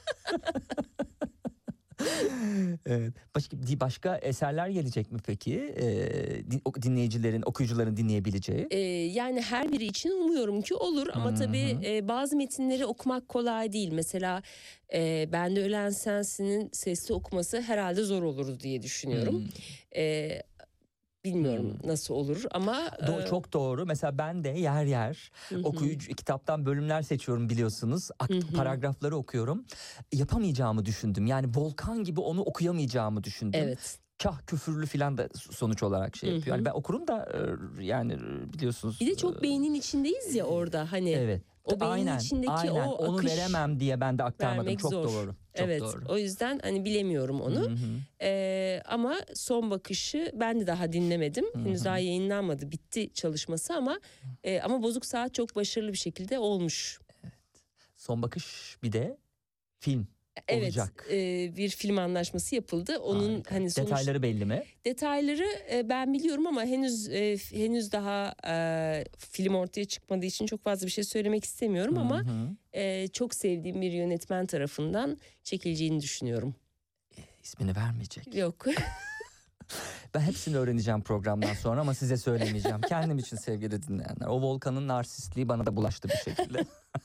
Evet. Başka eserler gelecek mi peki? Dinleyicilerin, okuyucuların dinleyebileceği? Yani her biri için umuyorum ki olur ama tabii bazı metinleri okumak kolay değil. Mesela Bende Ölen Sensin'in sesli okuması herhalde zor olur diye düşünüyorum. Bilmiyorum nasıl olur ama... Çok doğru. Mesela ben de yer yer okuyucu kitaptan bölümler seçiyorum biliyorsunuz. Paragrafları okuyorum. Yapamayacağımı düşündüm. Yani volkan gibi onu okuyamayacağımı düşündüm. Evet. Kah küfürlü falan da sonuç olarak şey yapıyor. Yani ben okurum da yani biliyorsunuz. Bir de çok beynin içindeyiz ya orada hani. Evet. O beynin içindeki o onu akış veremem diye ben de aktarmadım. Çok zor. doğru. Çok evet. doğru. O yüzden hani bilemiyorum onu. Ama Son Bakış'ı ben de daha dinlemedim. Henüz daha yayınlanmadı. Bitti çalışması ama Bozuk Saat çok başarılı bir şekilde olmuş. Evet. Son Bakış bir de film. Olacak. Bir film anlaşması yapıldı. Onun Harika. hani Detayları belli mi? Detayları ben biliyorum ama henüz daha film ortaya çıkmadığı için çok fazla bir şey söylemek istemiyorum ama çok sevdiğim bir yönetmen tarafından çekileceğini düşünüyorum. İsmini vermeyecek. Yok. Ben hepsini öğreneceğim programdan sonra ama size söylemeyeceğim. Kendim için sevgili dinleyenler. O Volkan'ın narsistliği bana da bulaştı bir şekilde.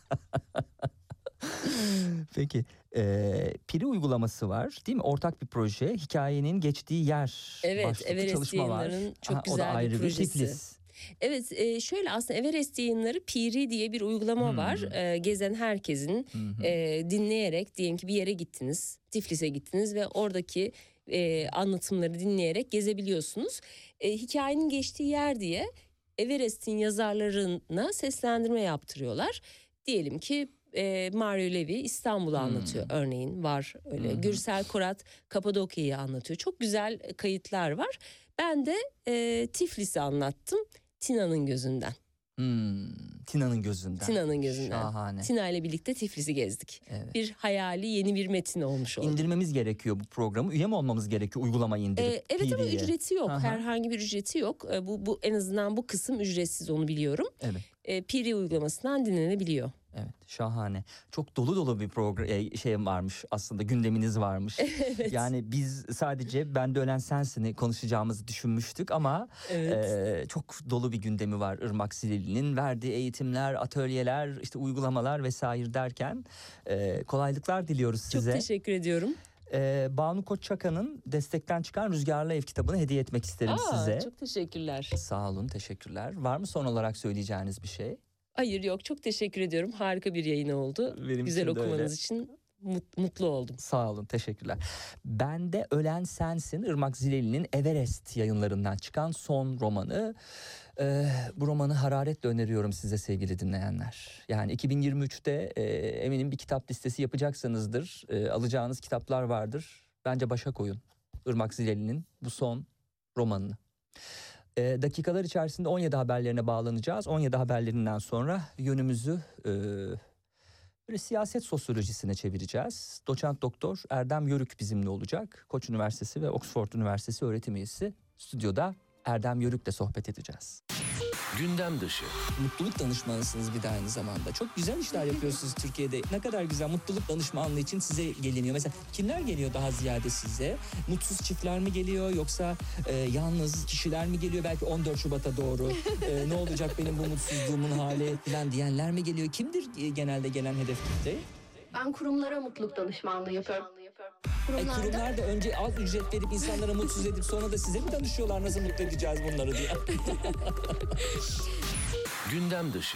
Peki Piri uygulaması var değil mi? Ortak bir proje. Hikayenin geçtiği yer başlıklı Everest çalışma var. Yayınları'nın çok O da güzel ayrı bir projesi. Tiflis. Evet, şöyle aslında Everest Yayınları Piri diye bir uygulama var. Gezen herkesin dinleyerek, diyelim ki bir yere gittiniz, Tiflis'e gittiniz ve oradaki anlatımları dinleyerek gezebiliyorsunuz. Hikayenin geçtiği yer diye Everest'in yazarlarına seslendirme yaptırıyorlar. Diyelim ki Mario Levi İstanbul'u anlatıyor örneğin, var öyle. Gürsel Korat Kapadokya'yı anlatıyor. Çok güzel kayıtlar var. Ben de Tiflis'i anlattım Tina'nın gözünden. Tina'nın gözünden. Tina'nın gözünden. Şahane. Tina ile birlikte Tiflis'i gezdik. Evet. Bir hayali yeni bir metin olmuş oldu. İndirmemiz gerekiyor bu programı. Üye mi olmamız gerekiyor uygulamayı indirip? Evet ama PD'ye? ücreti yok. Herhangi bir ücreti yok. Bu en azından bu kısım ücretsiz, onu biliyorum. Evet. PD uygulamasından dinlenebiliyor. Evet, şahane. Çok dolu bir program şey varmış aslında, gündeminiz varmış. Evet. Yani biz sadece Bende Ölen Sensin'i konuşacağımızı düşünmüştük ama çok dolu bir gündemi var Irmak Zileli'nin. Verdiği eğitimler, atölyeler, işte uygulamalar vesaire derken kolaylıklar diliyoruz size. Çok teşekkür ediyorum. Banu Koççaka'nın Destekten Çıkan Rüzgarlı Ev kitabını hediye etmek isterim size. Çok teşekkürler. Sağ olun, teşekkürler. Var mı son olarak söyleyeceğiniz bir şey? Hayır, yok, çok teşekkür ediyorum. Harika bir yayın oldu. Benim Güzel için de okumanız öyle. için mutlu oldum. Sağ olun, teşekkürler. Bende Ölen Sensin, Irmak Zileli'nin Everest yayınlarından çıkan son romanı. Bu romanı hararetle öneriyorum size sevgili dinleyenler. Yani 2023'te eminim bir kitap listesi yapacaksanızdır. Alacağınız kitaplar vardır. Bence başa koyun Irmak Zileli'nin bu son romanını. Dakikalar içerisinde 17 haberlerine bağlanacağız. 17 haberlerinden sonra yönümüzü böyle siyaset sosyolojisine çevireceğiz. Doçent Doktor Erdem Yörük bizimle olacak. Koç Üniversitesi ve Oxford Üniversitesi öğretim üyesi. Stüdyoda Erdem Yörük'le sohbet edeceğiz. Gündem dışı. Mutluluk danışmanısınız bir de aynı zamanda. Çok güzel işler yapıyorsunuz Türkiye'de. Ne kadar güzel, mutluluk danışmanlığı için size geliniyor. Mesela kimler geliyor daha ziyade size? Mutsuz çiftler mi geliyor yoksa yalnız kişiler mi geliyor? Belki 14 Şubat'a doğru ne olacak benim bu mutsuzluğumun hali falan diyenler mi geliyor? Kimdir genelde gelen hedef kitle? Ben kurumlara mutluluk danışmanlığı yapıyorum. Kurumlar da önce az ücret verip insanlara mutsuz edip sonra da size mi danışıyorlar nasıl mutlu edeceğiz bunları diye? Gündem dışı.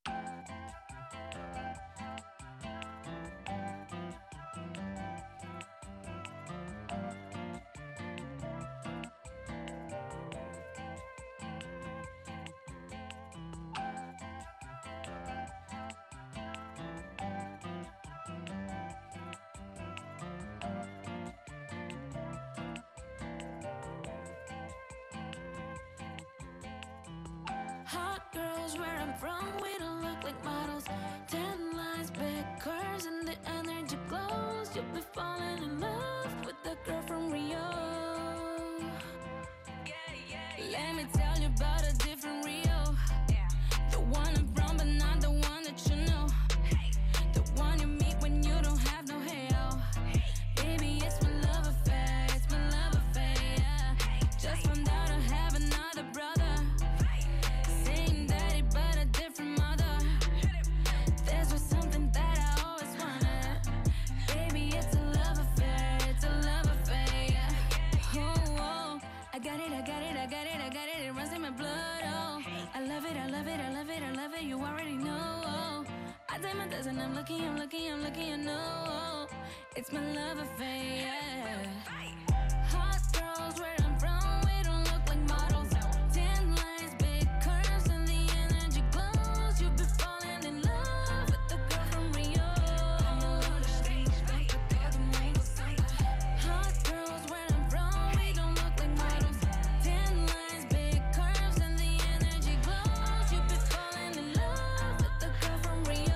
Hot girls where I'm from, we don't look like models. Tan lines, big curves, and the energy glows. You'll be falling in love with the girl from Rio. Let me tell you about a different Rio. The one I'm from, but not the one that you know. The one you meet when you don't have no halo. Baby, it's my love affair, it's my love affair, yeah. Just found out I have another brother. Same daddy, but a different mother. There's was something that I always wanted. Baby, it's a love affair, it's a love affair, yeah. Oh, oh. I got it, I got it, I got it, I got it, it runs in my blood, oh. I love it, I love it, I love it, I love it, you already know, oh. I did my best and I'm lucky, I'm lucky, I'm lucky, I know, oh. It's my love affair, yeah. Hot girls where I'm from, we don't look like models. Tan lines, big curves, and the energy glows. You'll be falling in love with the girl from Rio. Hot girls where I'm from, we don't look like models. Tan lines, big curves, and the energy glows. You'll be falling in love with the girl from Rio.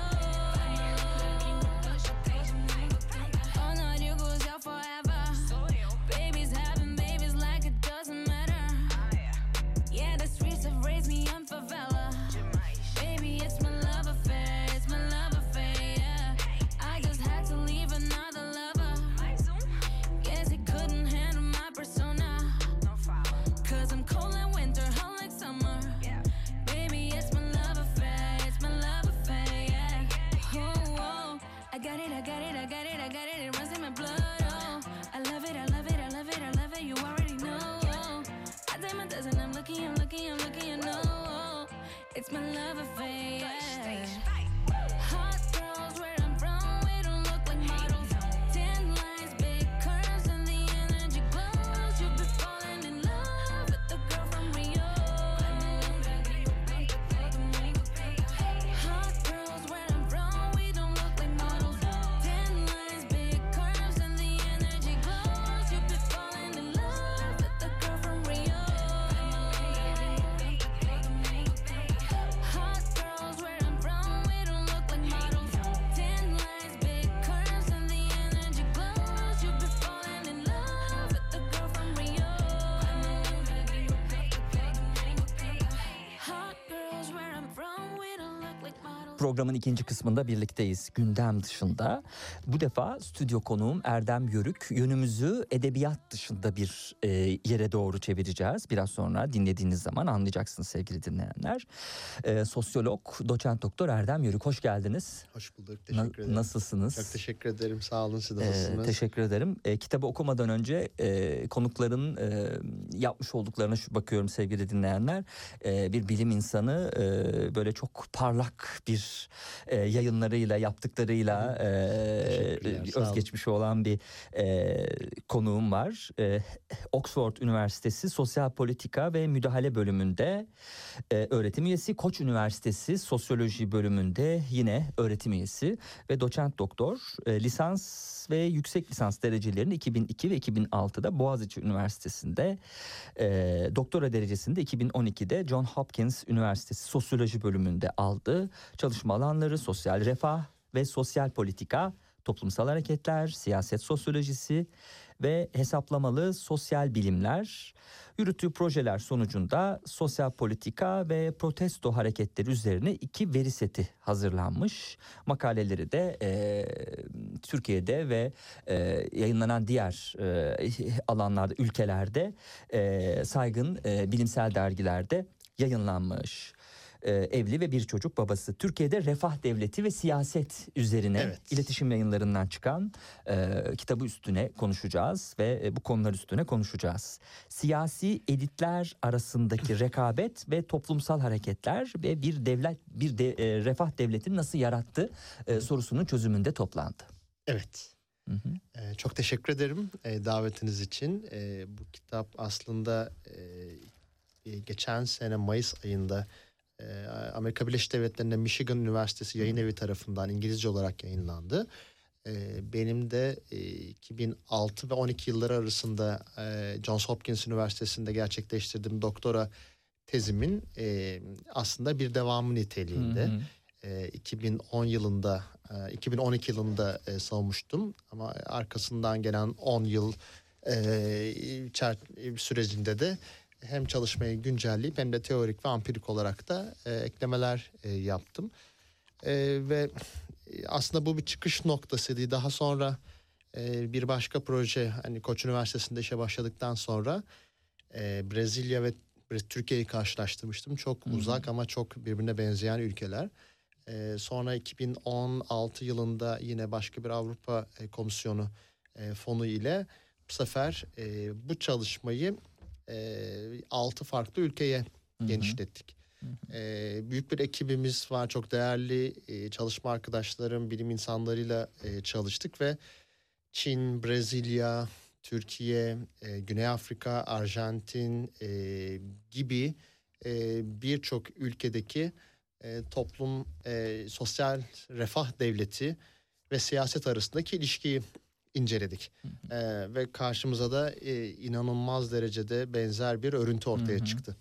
All night you goes out forever. Babies having babies like it doesn't matter. Yeah, the streets have raised me on favela. Baby, it's my love affair, it's my love affair, yeah. I just had to leave another lover. Guess he couldn't handle my persona. Cause I'm cold in winter, hot like summer. Baby, it's my love affair, it's my love affair, yeah. Oh, oh. I got it, I got it, I got it, I got it, it runs in my blood, oh. I love it, I love it, I love it, I love it, you already know, oh. I did my best and I'm lucky, I'm lucky, I'm lucky, I know, oh. It's my love affair, yeah. Hot girls where I'm from, we don't look like models. Tan lines, big curves, and the energy glows. You'll be falling in love with the girl from Rio. Hot girls where I'm from, we don't look like models. Tan lines, big curves, and the energy glows. You'll be falling in love with the girl from Rio. Hot girls where I'm from, we don't look like models. Tan lines, big curves, and the energy glows. You'll be falling in love with the girl from Rio. Hot girls where I'm from, we don't look like models. Programın ikinci kısmında birlikteyiz gündem dışında. Bu defa stüdyo konuğum Erdem Yörük. Yönümüzü edebiyat dışında bir yere doğru çevireceğiz. Biraz sonra dinlediğiniz zaman anlayacaksınız sevgili dinleyenler. Sosyolog, doçent doktor Erdem Yörük, hoş geldiniz. Hoş bulduk. Teşekkür ederim. Nasılsınız? Çok teşekkür ederim. Sağ olun. Siz de nasılsınız? Teşekkür ederim. Kitabı okumadan önce konukların yapmış olduklarına bakıyorum sevgili dinleyenler. Bir bilim insanı böyle çok parlak bir yayınlarıyla, yaptıklarıyla Teşekkürler, sağ olun. özgeçmişi olan bir konuğum var. Oxford Üniversitesi Sosyal Politika ve Müdahale bölümünde öğretim üyesi. Koç Üniversitesi Sosyoloji bölümünde yine öğretim üyesi ve doçent doktor. Lisans ve yüksek lisans derecelerini 2002 ve 2006'da Boğaziçi Üniversitesi'nde, doktora derecesini de 2012'de John Hopkins Üniversitesi Sosyoloji bölümünde aldı. Çalışma alanları sosyal refah ve sosyal politika, toplumsal hareketler, siyaset sosyolojisi ve hesaplamalı sosyal bilimler. Yürüttüğü projeler sonucunda sosyal politika ve protesto hareketleri üzerine 2 veri seti hazırlanmış. Makaleleri de Türkiye'de ve yayınlanan diğer alanlarda, ülkelerde saygın bilimsel dergilerde yayınlanmış. Evli ve bir çocuk babası. Türkiye'de refah devleti ve siyaset üzerine iletişim yayınlarından çıkan kitabı üstüne konuşacağız ve bu konular üstüne konuşacağız. Siyasi elitler arasındaki rekabet ve toplumsal hareketler ve refah devletini nasıl yarattı sorusunun çözümünde toplandı. Evet. Çok teşekkür ederim davetiniz için. Bu kitap aslında geçen sene Mayıs ayında Amerika Birleşik Devletleri'nde Michigan Üniversitesi Yayın Evi tarafından İngilizce olarak yayınlandı. Benim de 2006 ve 12 yılları arasında Johns Hopkins Üniversitesi'nde gerçekleştirdiğim doktora tezimin aslında bir devamı niteliğinde. 2012 yılında savunmuştum ama arkasından gelen 10 yıl sürecinde de hem çalışmayı güncelleyip hem de teorik ve ampirik olarak da eklemeler yaptım. Ve aslında bu bir çıkış noktasıydı. Daha sonra bir başka proje, hani Koç Üniversitesi'nde işe başladıktan sonra Brezilya ve Türkiye'yi karşılaştırmıştım. Çok uzak ama çok birbirine benzeyen ülkeler. Sonra 2016 yılında yine başka bir Avrupa Komisyonu fonu ile bu sefer bu çalışmayı 6 farklı ülkeye genişlettik. Büyük bir ekibimiz var, çok değerli çalışma arkadaşlarım, bilim insanlarıyla çalıştık ve Çin, Brezilya, Türkiye, Güney Afrika, Arjantin gibi birçok ülkedeki toplum, sosyal refah devleti ve siyaset arasındaki ilişkiyi inceledik. Ve karşımıza da inanılmaz derecede benzer bir örüntü ortaya çıktı.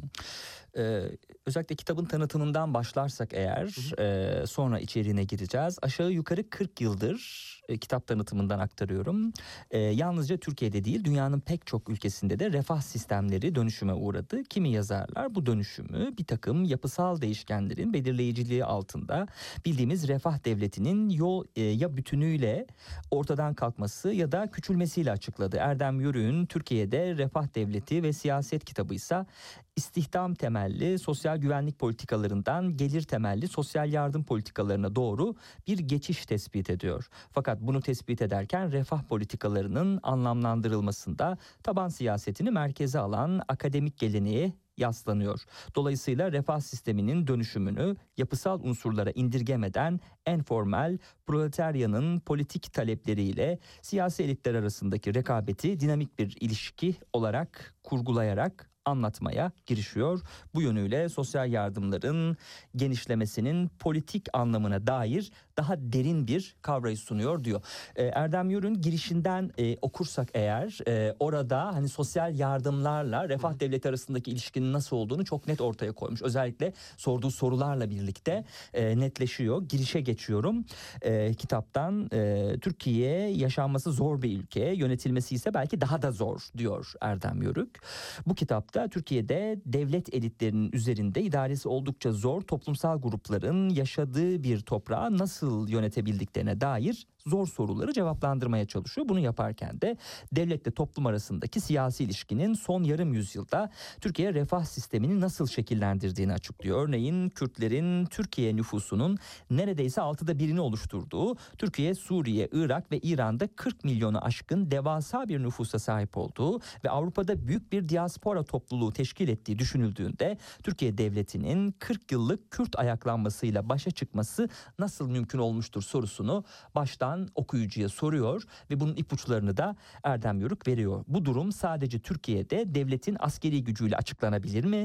Özellikle kitabın tanıtımından başlarsak eğer sonra içeriğine gireceğiz. Aşağı yukarı 40 yıldır kitap tanıtımından aktarıyorum. Yalnızca Türkiye'de değil, dünyanın pek çok ülkesinde de refah sistemleri dönüşüme uğradı. Kimi yazarlar bu dönüşümü bir takım yapısal değişkenlerin belirleyiciliği altında bildiğimiz refah devletinin ya bütünüyle ortadan kalkması ya da küçülmesiyle açıkladı. Erdem Yörük'ün Türkiye'de Refah Devleti ve Siyaset kitabı ise istihdam temelli sosyal güvenlik politikalarından gelir temelli sosyal yardım politikalarına doğru bir geçiş tespit ediyor. Fakat bunu tespit ederken refah politikalarının anlamlandırılmasında taban siyasetini merkeze alan akademik geleneğe yaslanıyor. Dolayısıyla refah sisteminin dönüşümünü yapısal unsurlara indirgemeden en formal proletaryanın politik talepleriyle siyasi elitler arasındaki rekabeti dinamik bir ilişki olarak kurgulayarak anlatmaya girişiyor. Bu yönüyle sosyal yardımların genişlemesinin politik anlamına dair daha derin bir kavrayış sunuyor diyor. Erdem Yörük'ün girişinden okursak eğer orada hani sosyal yardımlarla refah devleti arasındaki ilişkinin nasıl olduğunu çok net ortaya koymuş. Özellikle sorduğu sorularla birlikte netleşiyor. Girişe geçiyorum. Kitaptan Türkiye yaşanması zor bir ülke, yönetilmesi ise belki daha da zor diyor Erdem Yörük. Bu kitapta Türkiye'de devlet elitlerinin üzerinde idaresi oldukça zor toplumsal grupların yaşadığı bir toprağı nasıl yönetebildiklerine dair zor soruları cevaplandırmaya çalışıyor. Bunu yaparken de devletle toplum arasındaki siyasi ilişkinin son yarım yüzyılda Türkiye refah sistemini nasıl şekillendirdiğini açıklıyor. Örneğin Kürtlerin Türkiye nüfusunun neredeyse 6'da 1'ini oluşturduğu Türkiye, Suriye, Irak ve İran'da 40 milyonu aşkın devasa bir nüfusa sahip olduğu ve Avrupa'da büyük bir diaspora topluluğu teşkil ettiği düşünüldüğünde Türkiye devletinin 40 yıllık Kürt ayaklanmasıyla başa çıkması nasıl mümkün olmuştur sorusunu baştan okuyucuya soruyor ve bunun ipuçlarını da Erdem Yörük veriyor. Bu durum sadece Türkiye'de devletin askeri gücüyle açıklanabilir mi?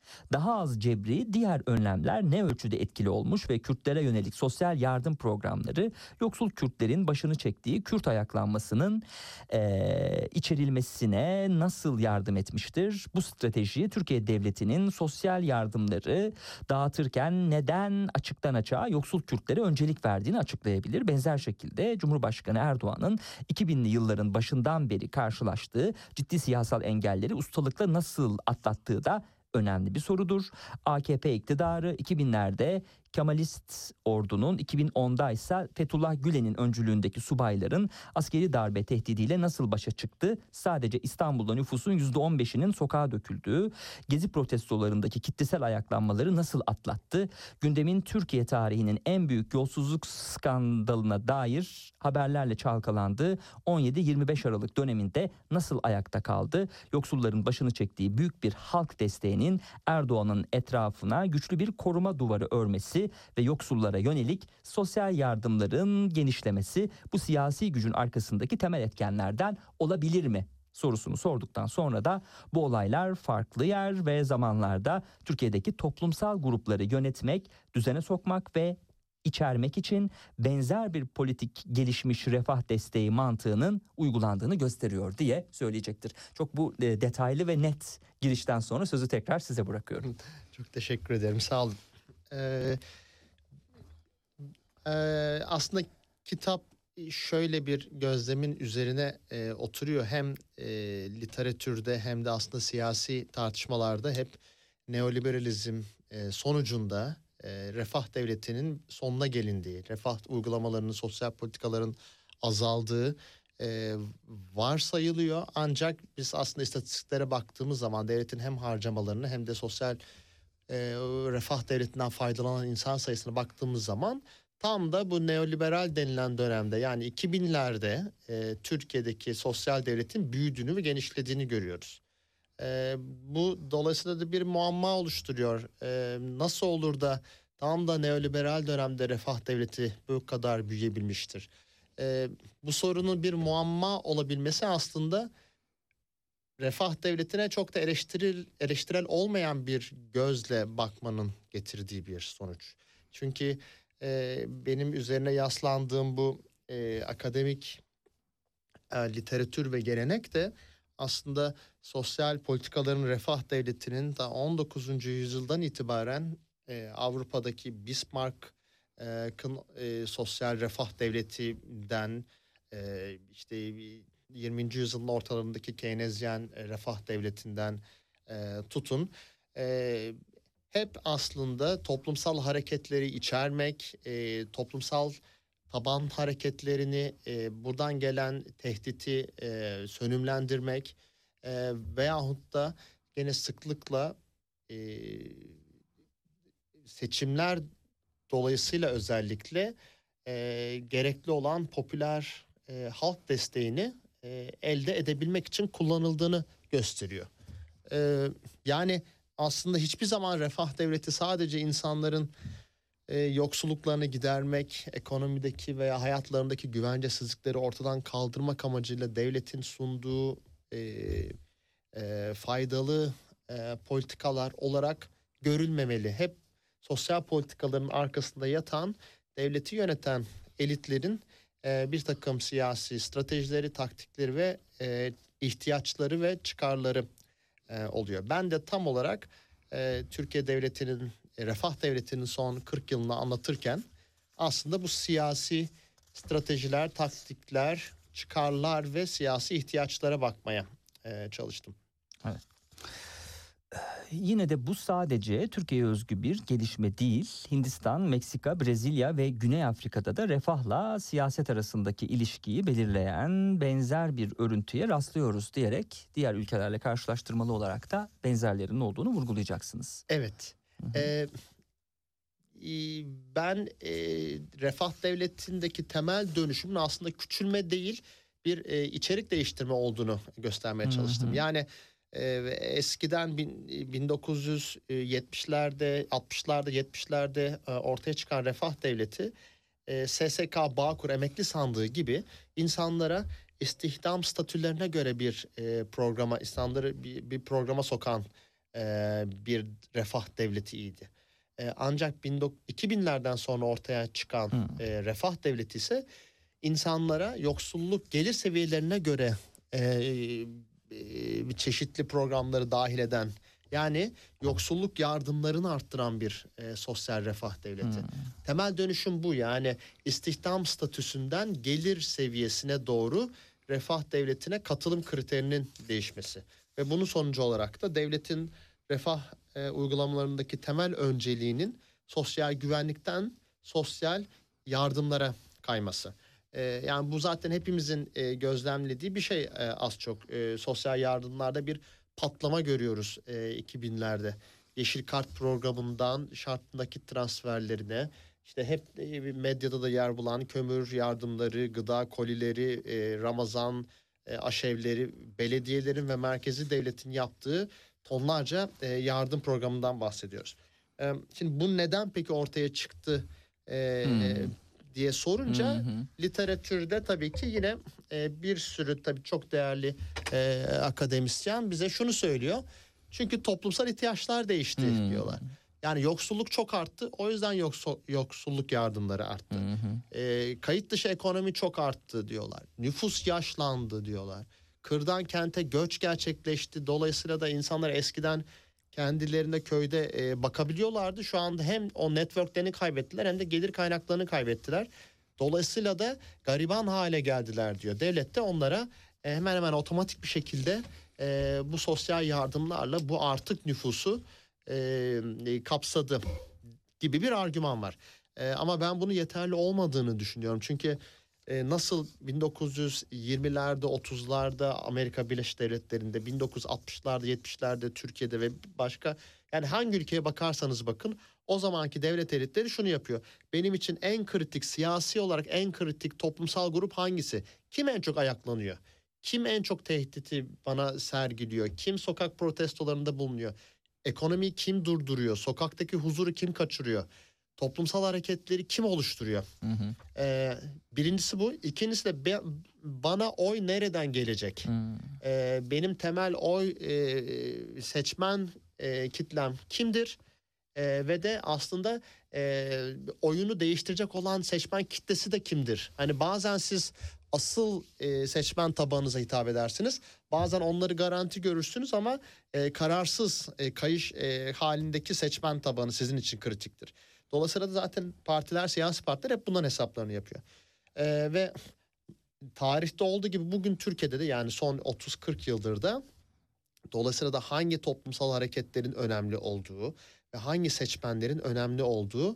Daha az cebri diğer önlemler ne ölçüde etkili olmuş ve Kürtlere yönelik sosyal yardım programları yoksul Kürtlerin başını çektiği Kürt ayaklanmasının içerilmesine nasıl yardım etmiştir? Bu strateji Türkiye Devleti'nin sosyal yardımları dağıtırken neden açıktan açığa yoksul Kürtlere öncelik verdiğini açıklayabilir. Benzer şekilde Cumhurbaşkanı Erdoğan'ın 2000'li yılların başından beri karşılaştığı ciddi siyasal engelleri ustalıkla nasıl atlattığı da önemli bir sorudur. AKP iktidarı 2000'lerde Kemalist ordunun, 2010'da ise Fethullah Gülen'in öncülüğündeki subayların askeri darbe tehdidiyle nasıl başa çıktı? Sadece İstanbul'da nüfusun %15'inin sokağa döküldüğü, Gezi protestolarındaki kitlesel ayaklanmaları nasıl atlattı? Gündemin Türkiye tarihinin en büyük yolsuzluk skandalına dair haberlerle çalkalandığı 17-25 Aralık döneminde nasıl ayakta kaldı? Yoksulların başını çektiği büyük bir halk desteğinin Erdoğan'ın etrafına güçlü bir koruma duvarı örmesi ve yoksullara yönelik sosyal yardımların genişlemesi bu siyasi gücün arkasındaki temel etkenlerden olabilir mi sorusunu sorduktan sonra da bu olaylar farklı yer ve zamanlarda Türkiye'deki toplumsal grupları yönetmek, düzene sokmak ve içermek için benzer bir politik gelişmiş refah desteği mantığının uygulandığını gösteriyor diye söyleyecektir. Çok bu detaylı ve net girişten sonra sözü tekrar size bırakıyorum. Çok teşekkür ederim, sağ olun. Aslında kitap şöyle bir gözlemin üzerine oturuyor. Hem literatürde hem de aslında siyasi tartışmalarda hep neoliberalizm sonucunda refah devletinin sonuna gelindiği, refah uygulamalarının, sosyal politikaların azaldığı varsayılıyor. Ancak biz aslında istatistiklere baktığımız zaman devletin hem harcamalarını hem de sosyal refah devletinden faydalanan insan sayısına baktığımız zaman tam da bu neoliberal denilen dönemde, yani 2000'lerde Türkiye'deki sosyal devletin büyüdüğünü ve genişlediğini görüyoruz. Bu dolayısıyla da bir muamma oluşturuyor. Nasıl olur da tam da neoliberal dönemde refah devleti bu kadar büyüyebilmiştir? Bu sorunun bir muamma olabilmesi aslında refah devletine çok da eleştirel olmayan bir gözle bakmanın getirdiği bir sonuç. Çünkü benim üzerine yaslandığım bu akademik literatür ve gelenek de aslında sosyal politikaların refah devletinin da 19. yüzyıldan itibaren Avrupa'daki Bismarck'ın sosyal refah devletinden işte 20. yüzyılın ortalarındaki Keynesyen refah devletinden tutun hep aslında toplumsal hareketleri içermek, toplumsal taban hareketlerini, buradan gelen tehditi sönümlendirmek veyahut da gene sıklıkla seçimler dolayısıyla özellikle gerekli olan popüler halk desteğini elde edebilmek için kullanıldığını gösteriyor. Yani aslında hiçbir zaman refah devleti sadece insanların yoksulluklarını gidermek, ekonomideki veya hayatlarındaki güvencesizlikleri ortadan kaldırmak amacıyla devletin sunduğu faydalı politikalar olarak görülmemeli. Hep sosyal politikaların arkasında yatan, devleti yöneten elitlerin bir takım siyasi stratejileri, taktikleri ve ihtiyaçları ve çıkarları oluyor. Ben de tam olarak Türkiye Devleti'nin, refah devletinin son 40 yılını anlatırken aslında bu siyasi stratejiler, taktikler, çıkarlar ve siyasi ihtiyaçlara bakmaya çalıştım. Evet. Yine de bu sadece Türkiye'ye özgü bir gelişme değil. Hindistan, Meksika, Brezilya ve Güney Afrika'da da refahla siyaset arasındaki ilişkiyi belirleyen benzer bir örüntüye rastlıyoruz diyerek diğer ülkelerle karşılaştırmalı olarak da benzerlerinin olduğunu vurgulayacaksınız. Evet. Ben refah devletindeki temel dönüşümün aslında küçülme değil, bir içerik değiştirme olduğunu göstermeye çalıştım. Yani eskiden 1970'lerde, 60'larda, 70'lerde ortaya çıkan refah devleti, SSK, Bağkur, emekli sandığı gibi insanlara istihdam statülerine göre bir programa, insanları bir programa sokan bir refah devletiydi. Ancak 2000'lerden sonra ortaya çıkan refah devleti ise insanlara yoksulluk gelir seviyelerine göre çeşitli programları dahil eden, yani yoksulluk yardımlarını arttıran bir sosyal refah devleti. Temel dönüşüm bu, yani istihdam statüsünden gelir seviyesine doğru refah devletine katılım kriterinin değişmesi. Ve bunun sonucu olarak da devletin refah uygulamalarındaki temel önceliğinin sosyal güvenlikten sosyal yardımlara kayması. Yani bu zaten hepimizin gözlemlediği bir şey az çok. Sosyal yardımlarda bir patlama görüyoruz 2000'lerde. Yeşil Kart programından şartlı nakit transferlerine, işte hep medyada da yer bulan kömür yardımları, gıda kolileri, Ramazan aşevleri, belediyelerin ve merkezi devletin yaptığı tonlarca yardım programından bahsediyoruz. Şimdi bu neden peki ortaya çıktı diye sorunca literatürde tabii ki yine bir sürü tabii çok değerli akademisyen bize şunu söylüyor. Çünkü toplumsal ihtiyaçlar değişti diyorlar. Yani yoksulluk çok arttı. O yüzden yoksulluk yardımları arttı. Kayıt dışı ekonomi çok arttı diyorlar. Nüfus yaşlandı diyorlar. Kırdan kente göç gerçekleşti. Dolayısıyla da insanlar eskiden kendilerine köyde bakabiliyorlardı. Şu anda hem o networklerini kaybettiler hem de gelir kaynaklarını kaybettiler. Dolayısıyla da gariban hale geldiler diyor. Devlet de onlara hemen hemen otomatik bir şekilde bu sosyal yardımlarla bu artık nüfusu kapsadı gibi bir argüman var. Ama ben bunun yeterli olmadığını düşünüyorum. Çünkü nasıl 1920'lerde, 30'larda Amerika Birleşik Devletleri'nde, 1960'larda, 70'lerde Türkiye'de ve başka, yani hangi ülkeye bakarsanız bakın, o zamanki devlet elitleri şunu yapıyor. Benim için en kritik, siyasi olarak en kritik toplumsal grup hangisi? Kim en çok ayaklanıyor? Kim en çok tehdidi bana sergiliyor? Kim sokak protestolarında bulunuyor? Ekonomiyi kim durduruyor? Sokaktaki huzuru kim kaçırıyor? Toplumsal hareketleri kim oluşturuyor? Birincisi bu. İkincisi de bana oy nereden gelecek? Benim temel oy seçmen kitlem kimdir? Ve de aslında oyunu değiştirecek olan seçmen kitlesi de kimdir? Hani bazen siz asıl seçmen tabanınıza hitap edersiniz. Bazen onları garanti görürsünüz ama kararsız kayış halindeki seçmen tabanı sizin için kritiktir. Dolayısıyla da zaten partiler, siyasi partiler hep bunların hesaplarını yapıyor. Ve tarihte olduğu gibi bugün Türkiye'de de, yani son 30-40 yıldır da dolayısıyla da hangi toplumsal hareketlerin önemli olduğu ve hangi seçmenlerin önemli olduğu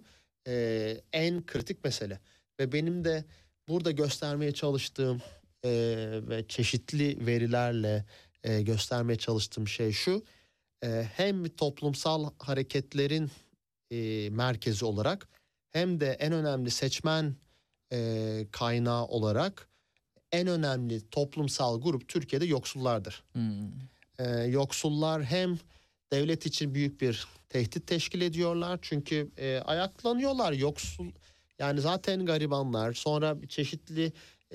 en kritik mesele. Ve benim de burada göstermeye çalıştığım ve çeşitli verilerle göstermeye çalıştığım şey şu. Hem toplumsal hareketlerin merkezi olarak hem de en önemli seçmen kaynağı olarak en önemli toplumsal grup Türkiye'de yoksullardır. Yoksullar hem devlet için büyük bir tehdit teşkil ediyorlar, çünkü ayaklanıyorlar yoksul, yani zaten garibanlar, sonra çeşitli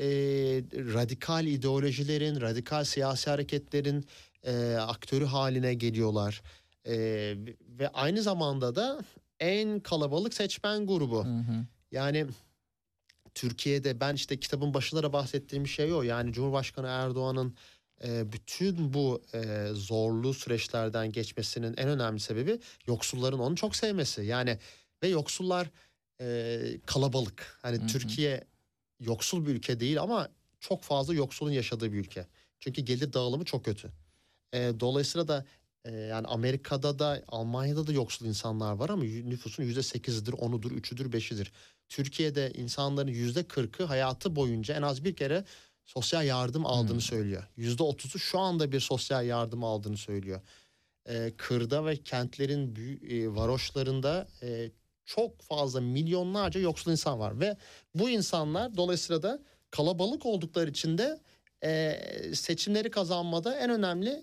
radikal ideolojilerin, radikal siyasi hareketlerin aktörü haline geliyorlar. Ve aynı zamanda da en kalabalık seçmen grubu. Yani Türkiye'de ben işte kitabın başında bahsettiğim şey o. Yani Cumhurbaşkanı Erdoğan'ın bütün bu zorlu süreçlerden geçmesinin en önemli sebebi yoksulların onu çok sevmesi. Yani ve yoksullar kalabalık. Hani Türkiye yoksul bir ülke değil ama çok fazla yoksulun yaşadığı bir ülke. Çünkü gelir dağılımı çok kötü. Dolayısıyla da yani Amerika'da da Almanya'da da yoksul insanlar var ama nüfusun %8'idir, 10'udur, 3'üdür, 5'idir. Türkiye'de insanların %40'ı hayatı boyunca en az bir kere sosyal yardım aldığını söylüyor. %30'u şu anda bir sosyal yardım aldığını söylüyor. Kırda ve kentlerin varoşlarında çok fazla, milyonlarca yoksul insan var. Ve bu insanlar dolayısıyla da kalabalık oldukları için de seçimleri kazanmada en önemli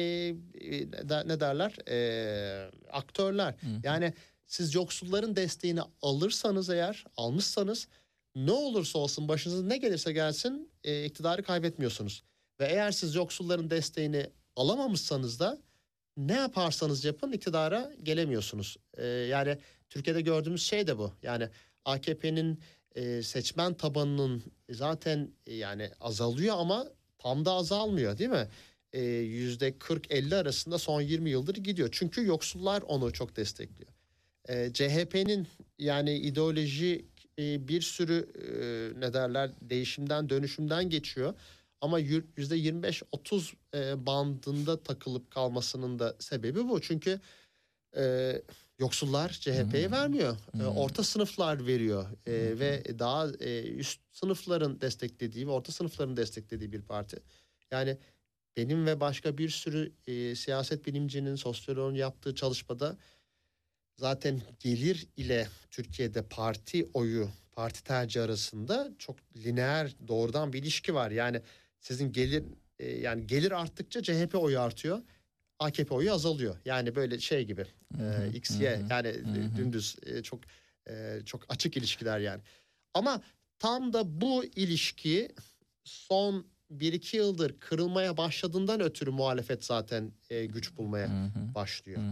aktörler. Yani siz yoksulların desteğini alırsanız, eğer almışsanız, ne olursa olsun, başınıza ne gelirse gelsin iktidarı kaybetmiyorsunuz. Ve eğer siz yoksulların desteğini alamamışsanız da ne yaparsanız yapın iktidara gelemiyorsunuz. Yani Türkiye'de gördüğümüz şey de bu. Yani AKP'nin seçmen tabanının zaten yani azalıyor ama tam da azalmıyor değil mi? %40-50 arasında son 20 yıldır gidiyor. Çünkü yoksullar onu çok destekliyor. CHP'nin yani ideoloji bir sürü ne derler değişimden dönüşümden geçiyor. Ama %25-30 bandında takılıp kalmasının da sebebi bu. Çünkü yoksullar CHP'ye vermiyor. Orta sınıflar veriyor. Ve daha üst sınıfların desteklediği ve orta sınıfların desteklediği bir parti. Yani benim ve başka bir sürü siyaset bilimcinin, sosyoloğun yaptığı çalışmada zaten gelir ile Türkiye'de parti oyu, parti tercihi arasında çok lineer doğrudan bir ilişki var. Yani sizin yani gelir arttıkça CHP oyu artıyor. AKP oyu azalıyor. Yani böyle şey gibi X, Y yani dümdüz çok açık ilişkiler yani. Ama tam da bu ilişki son 1-2 yıldır kırılmaya başladığından ötürü muhalefet zaten güç bulmaya başlıyor.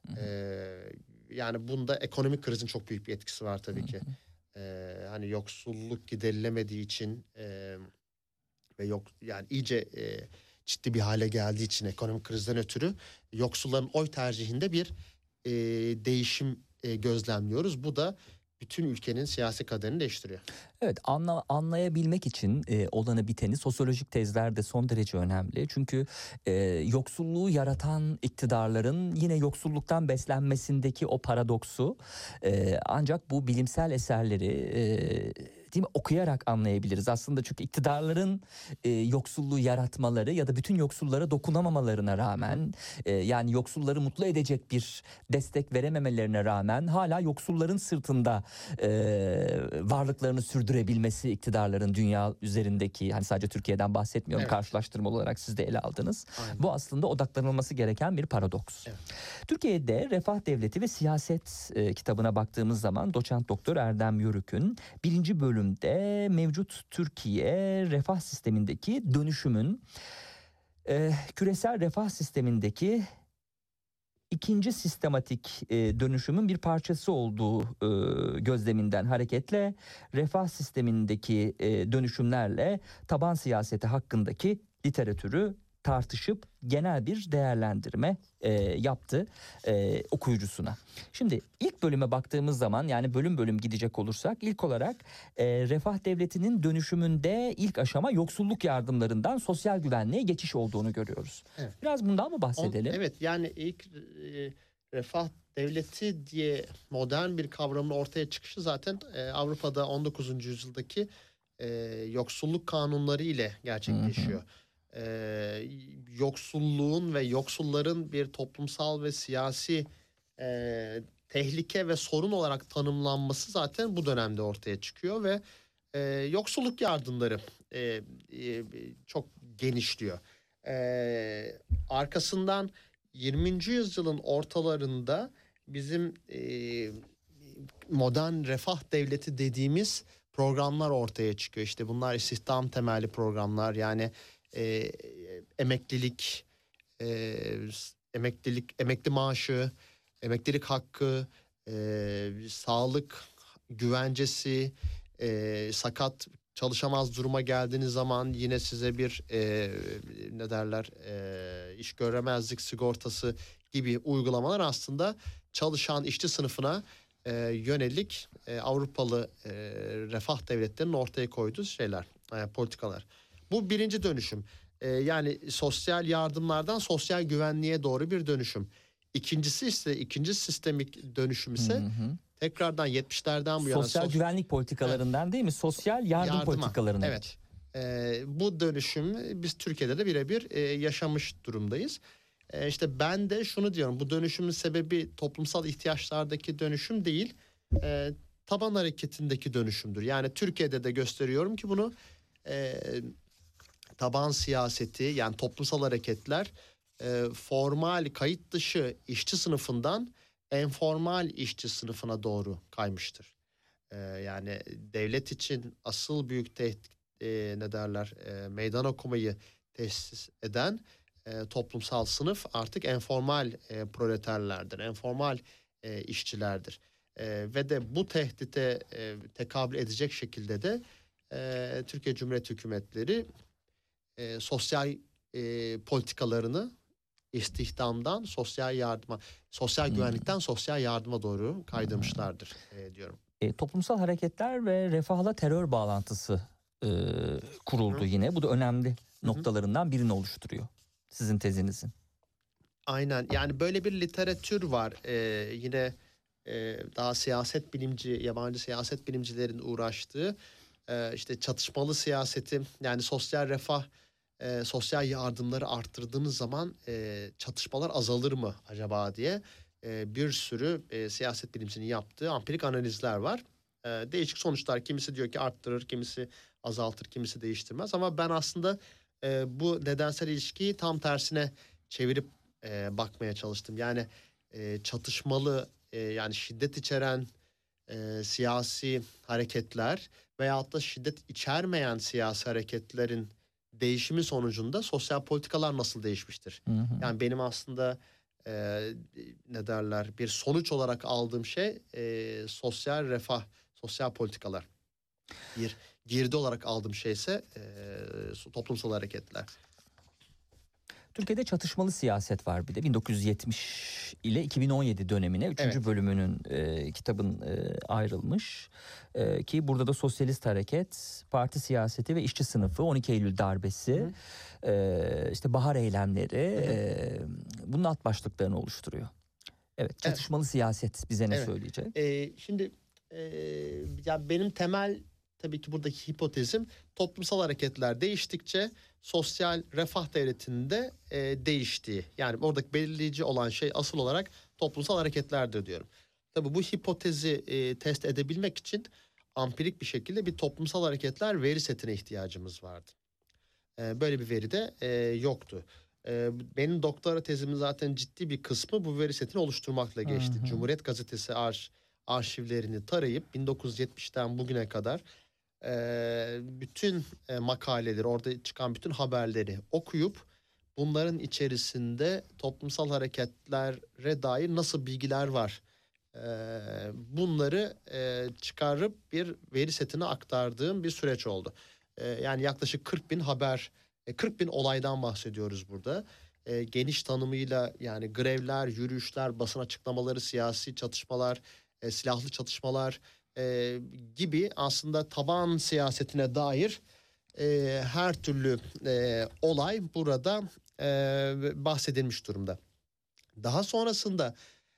Yani bunda ekonomik krizin çok büyük bir etkisi var tabii ki. Hani yoksulluk giderilemediği için ve yani iyice ciddi bir hale geldiği için ekonomik krizden ötürü yoksulların oy tercihinde bir değişim gözlemliyoruz. Bu da bütün ülkenin siyasi kaderini değiştiriyor. Evet, anlayabilmek için olanı biteni sosyolojik tezler de son derece önemli. Çünkü yoksulluğu yaratan iktidarların yine yoksulluktan beslenmesindeki o paradoksu ancak bu bilimsel eserleri değil mi okuyarak anlayabiliriz. Aslında çünkü iktidarların yoksulluğu yaratmaları ya da bütün yoksullara dokunamamalarına rağmen yani yoksulları mutlu edecek bir destek verememelerine rağmen hala yoksulların sırtında varlıklarını sürdürebilmesi iktidarların dünya üzerindeki, hani sadece Türkiye'den bahsetmiyorum, karşılaştırma olarak siz de ele aldınız. Aynen. Bu aslında odaklanılması gereken bir paradoks. Evet. Türkiye'de Refah Devleti ve Siyaset kitabına baktığımız zaman doçent doktor Erdem Yörük'ün 1. bölümde mevcut Türkiye refah sistemindeki dönüşümün küresel refah sistemindeki ikinci sistematik dönüşümün bir parçası olduğu gözleminden hareketle refah sistemindeki dönüşümlerle taban siyaseti hakkındaki literatürü tartışıp genel bir değerlendirme yaptı okuyucusuna. Şimdi ilk bölüme baktığımız zaman, yani bölüm bölüm gidecek olursak, ilk olarak refah devletinin dönüşümünde ilk aşama yoksulluk yardımlarından sosyal güvenliğe geçiş olduğunu görüyoruz. Evet. Biraz bundan mı bahsedelim? Evet, yani ilk refah devleti diye modern bir kavramın ortaya çıkışı zaten Avrupa'da 19. yüzyıldaki yoksulluk kanunları ile gerçekleşiyor. Yoksulluğun ve yoksulların bir toplumsal ve siyasi tehlike ve sorun olarak tanımlanması zaten bu dönemde ortaya çıkıyor ve yoksulluk yardımları çok genişliyor. Arkasından 20. yüzyılın ortalarında bizim modern refah devleti dediğimiz programlar ortaya çıkıyor. İşte bunlar istihdam temelli programlar, yani emeklilik, emekli maaşı, emeklilik hakkı, sağlık güvencesi, sakat çalışamaz duruma geldiğiniz zaman yine size bir iş göremezlik sigortası gibi uygulamalar aslında çalışan işçi sınıfına yönelik Avrupalı refah devletlerinin ortaya koyduğu şeyler, politikalar. Bu birinci dönüşüm. Yani sosyal yardımlardan sosyal güvenliğe doğru bir dönüşüm. İkincisi ise, ikinci sistemik dönüşüm ise tekrardan 70'lerden bu yana sosyal güvenlik politikalarından değil mi? Sosyal yardıma, politikalarına. Evet. Bu dönüşüm biz Türkiye'de de birebir yaşamış durumdayız. İşte ben de şunu diyorum, bu dönüşümün sebebi toplumsal ihtiyaçlardaki dönüşüm değil, taban hareketindeki dönüşümdür. Yani Türkiye'de de gösteriyorum ki bunu taban siyaseti, yani toplumsal hareketler formal kayıt dışı işçi sınıfından enformal işçi sınıfına doğru kaymıştır. Yani devlet için asıl büyük meydan okumayı tesis eden toplumsal sınıf artık enformal proleterlerdir, enformal işçilerdir. Ve de bu tehdite tekabül edecek şekilde de Türkiye Cumhuriyeti hükümetleri sosyal politikalarını istihdamdan sosyal yardıma, sosyal güvenlikten sosyal yardıma doğru kaydırmışlardır diyorum. Toplumsal hareketler ve refahla terör bağlantısı kuruldu yine. Bu da önemli noktalarından birini oluşturuyor sizin tezinizin. Aynen, yani böyle bir literatür var. Yine daha siyaset bilimci, yabancı siyaset bilimcilerin uğraştığı işte çatışmalı siyaseti, yani sosyal refah, sosyal yardımları arttırdığınız zaman çatışmalar azalır mı acaba diye bir sürü siyaset bilimcinin yaptığı ampirik analizler var. Değişik sonuçlar, kimisi diyor ki arttırır, kimisi azaltır, kimisi değiştirmez, ama ben aslında bu nedensel ilişkiyi tam tersine çevirip bakmaya çalıştım. Yani çatışmalı, yani şiddet içeren siyasi hareketler veyahut da şiddet içermeyen siyasi hareketlerin değişimi sonucunda sosyal politikalar nasıl değişmiştir? Yani benim aslında ne derler, bir sonuç olarak aldığım şey sosyal refah, sosyal politikalar. Bir girdi olarak aldığım şey ise toplumsal hareketler. Türkiye'de çatışmalı siyaset var bir de 1970 ile 2017 dönemine 3. Evet. bölümünün kitabın ayrılmış. Ki burada da sosyalist hareket, parti siyaseti ve işçi sınıfı, 12 Eylül darbesi, işte bahar eylemleri bunun alt başlıklarını oluşturuyor. Evet, çatışmalı siyaset bize ne söyleyecek? Şimdi ya benim temel tabii ki buradaki hipotezim, toplumsal hareketler değiştikçe sosyal refah devletinde değiştiği. Yani oradaki belirleyici olan şey asıl olarak toplumsal hareketlerdir diyorum. Tabii bu hipotezi test edebilmek için ampirik bir şekilde bir toplumsal hareketler veri setine ihtiyacımız vardı. Böyle bir veri de yoktu. Benim doktora tezimin zaten ciddi bir kısmı bu veri setini oluşturmakla geçti. Cumhuriyet Gazetesi arşivlerini tarayıp 1970'ten bugüne kadar bütün makaleleri, orada çıkan bütün haberleri okuyup bunların içerisinde toplumsal hareketlere dair nasıl bilgiler var, bunları çıkarıp bir veri setine aktardığım bir süreç oldu. Yani yaklaşık 40 bin haber, 40 bin olaydan bahsediyoruz burada. Geniş tanımıyla yani grevler, yürüyüşler, basın açıklamaları, siyasi çatışmalar, silahlı çatışmalar gibi aslında taban siyasetine dair her türlü olay burada bahsedilmiş durumda. Daha sonrasında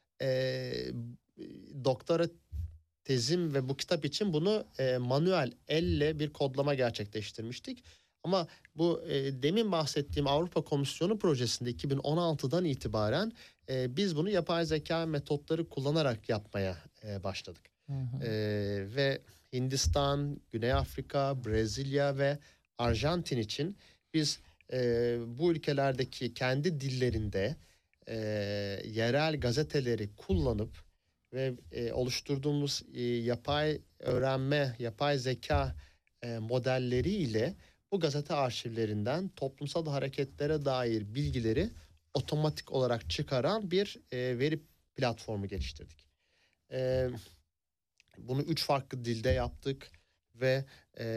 doktora tezim ve bu kitap için bunu manuel, elle bir kodlama gerçekleştirmiştik. Ama bu demin bahsettiğim Avrupa Komisyonu projesinde 2016'dan itibaren biz bunu yapay zeka metotları kullanarak yapmaya başladık. Ve Hindistan, Güney Afrika, Brezilya ve Arjantin için biz bu ülkelerdeki kendi dillerinde yerel gazeteleri kullanıp ve oluşturduğumuz yapay öğrenme, yapay zeka modelleriyle bu gazete arşivlerinden toplumsal hareketlere dair bilgileri otomatik olarak çıkaran bir veri platformu geliştirdik. Bunu 3 farklı dilde yaptık ve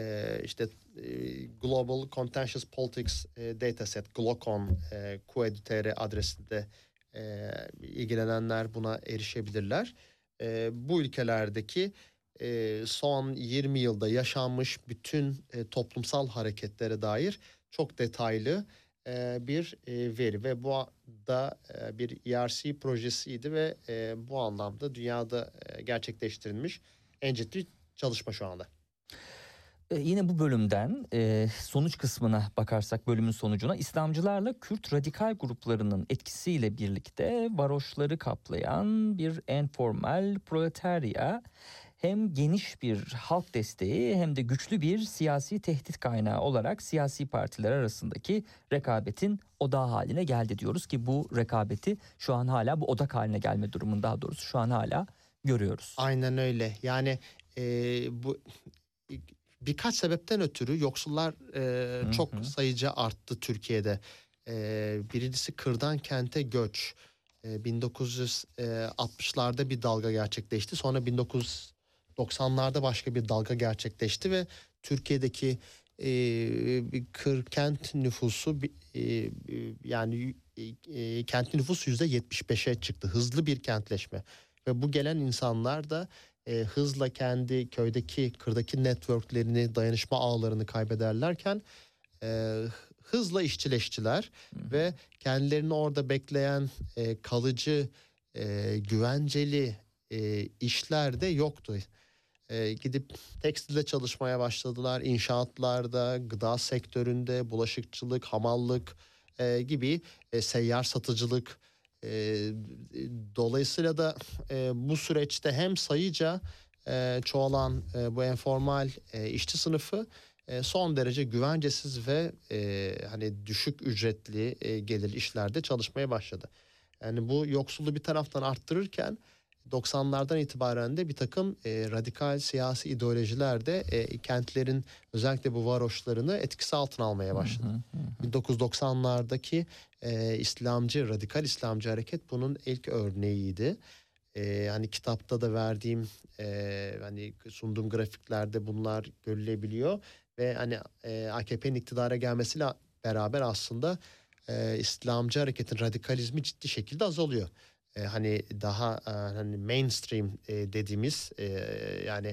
Global Contentious Politics Dataset, GLOCON, QED.tr adresinde ilgilenenler buna erişebilirler. Bu ülkelerdeki son 20 yılda yaşanmış bütün toplumsal hareketlere dair çok detaylı bir veri ve bu da bir ERC projesiydi ve bu anlamda dünyada gerçekleştirilmiş en ciddi çalışma şu anda. Yine bu bölümden sonuç kısmına bakarsak, bölümün sonucuna, İslamcılarla Kürt radikal gruplarının etkisiyle birlikte varoşları kaplayan bir enformal proletarya hem geniş bir halk desteği hem de güçlü bir siyasi tehdit kaynağı olarak siyasi partiler arasındaki rekabetin odağı haline geldi diyoruz ki bu rekabeti şu an hala, bu odak haline gelme durumunu daha doğrusu şu an hala görüyoruz. Aynen öyle. Yani bu birkaç sebepten ötürü yoksullar çok sayıca arttı Türkiye'de. Birincisi kırdan kente göç. 1960'larda bir dalga gerçekleşti. Sonra 1990'larda başka bir dalga gerçekleşti ve Türkiye'deki bir kent nüfusu yani kentli nüfus %75'e çıktı. Hızlı bir kentleşme ve bu gelen insanlar da hızla kendi köydeki, kırdaki networklerini, dayanışma ağlarını kaybederlerken hızla işçileştiler ve kendilerini orada bekleyen kalıcı, güvenceli işler de yoktu. Gidip tekstilde çalışmaya başladılar, inşaatlarda, gıda sektöründe, bulaşıkçılık, hamallık gibi seyyar satıcılık. Dolayısıyla da bu süreçte hem sayıca çoğalan bu informal işçi sınıfı son derece güvencesiz ve hani düşük ücretli gelir işlerde çalışmaya başladı. Yani bu yoksulluğu bir taraftan arttırırken 90'lardan itibaren de bir takım radikal siyasi ideolojiler de kentlerin özellikle bu varoşlarını etkisi altına almaya başladı. 1990'lardaki İslamcı, radikal İslamcı hareket bunun ilk örneğiydi. Hani kitapta da verdiğim hani sunduğum grafiklerde bunlar görülebiliyor ve hani AKP'nin iktidara gelmesiyle beraber aslında İslamcı hareketin radikalizmi ciddi şekilde azalıyor. Hani daha hani mainstream dediğimiz yani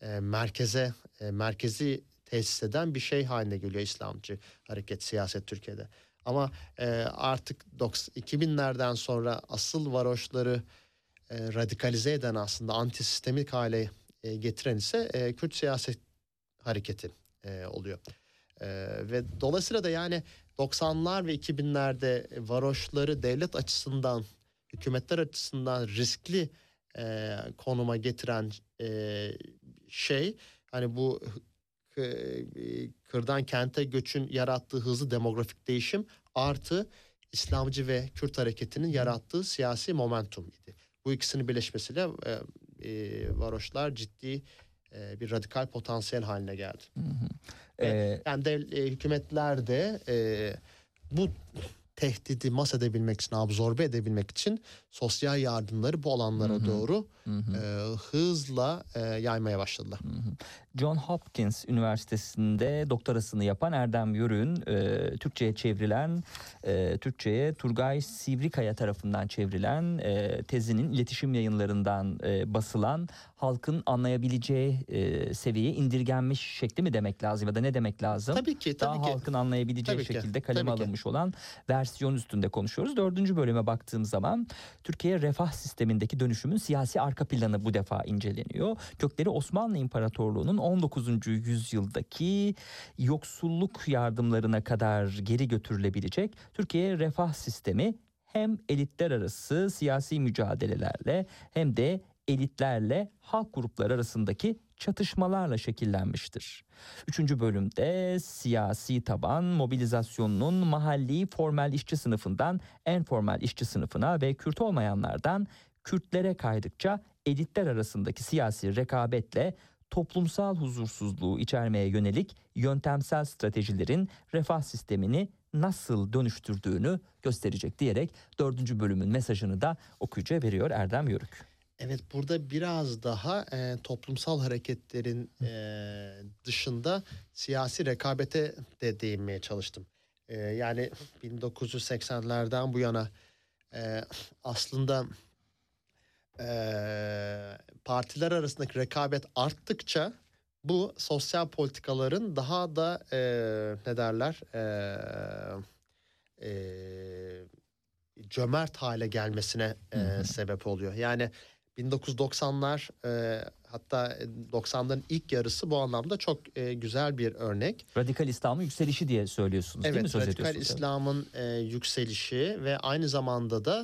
merkezi tesis eden bir şey haline geliyor İslamcı hareket, siyaset Türkiye'de. Ama artık 2000'lerden sonra asıl varoşları radikalize eden, aslında antisistemik hale getiren ise Kürt siyaset hareketi oluyor. Ve dolayısıyla da yani 90'lar ve 2000'lerde varoşları devlet açısından, hükümetler açısından riskli konuma getiren şey hani bu kırdan kente göçün yarattığı hızlı demografik değişim artı İslamcı ve Kürt hareketinin yarattığı siyasi momentum idi. Bu ikisinin birleşmesiyle varoşlar ciddi bir radikal potansiyel haline geldi. Yani hükümetler de bu tehdidi mas edebilmek için, absorbe edebilmek için sosyal yardımları bu alanlara doğru hızla yaymaya başladılar. John Hopkins Üniversitesi'nde doktorasını yapan Erdem Yörük'ün Türkçe'ye çevrilen, Türkçe'ye Turgay Sivrikaya tarafından çevrilen tezinin iletişim yayınlarından basılan, halkın anlayabileceği seviyeye indirgenmiş şekli mi demek lazım ya da ne demek lazım? Tabii ki. Daha halkın anlayabileceği şekilde kaleme alınmış olan versiyon üstünde konuşuyoruz. 4. bölüme baktığım zaman Türkiye refah sistemindeki dönüşümün siyasi arka planı bu defa inceleniyor. Kökleri Osmanlı İmparatorluğu'nun 19. yüzyıldaki yoksulluk yardımlarına kadar geri götürülebilecek Türkiye refah sistemi hem elitler arası siyasi mücadelelerle hem de elitlerle halk grupları arasındaki çatışmalarla şekillenmiştir. 3. bölümde siyasi taban mobilizasyonunun mahalli formal işçi sınıfından en formal işçi sınıfına ve Kürt olmayanlardan Kürtlere kaydıkça elitler arasındaki siyasi rekabetle toplumsal huzursuzluğu içermeye yönelik yöntemsel stratejilerin refah sistemini nasıl dönüştürdüğünü gösterecek diyerek 4. bölümün mesajını da okuyucuya veriyor Erdem Yörük. Evet, burada biraz daha toplumsal hareketlerin dışında siyasi rekabete de değinmeye çalıştım. Yani 1980'lerden bu yana aslında partiler arasındaki rekabet arttıkça bu sosyal politikaların daha da ne derler cömert hale gelmesine sebep oluyor. Yani 1990'lar hatta 90'ların ilk yarısı bu anlamda çok güzel bir örnek. Radikal İslam'ın yükselişi diye söylüyorsunuz, değil mi? Evet, radikal İslam'ın yükselişi ve aynı zamanda da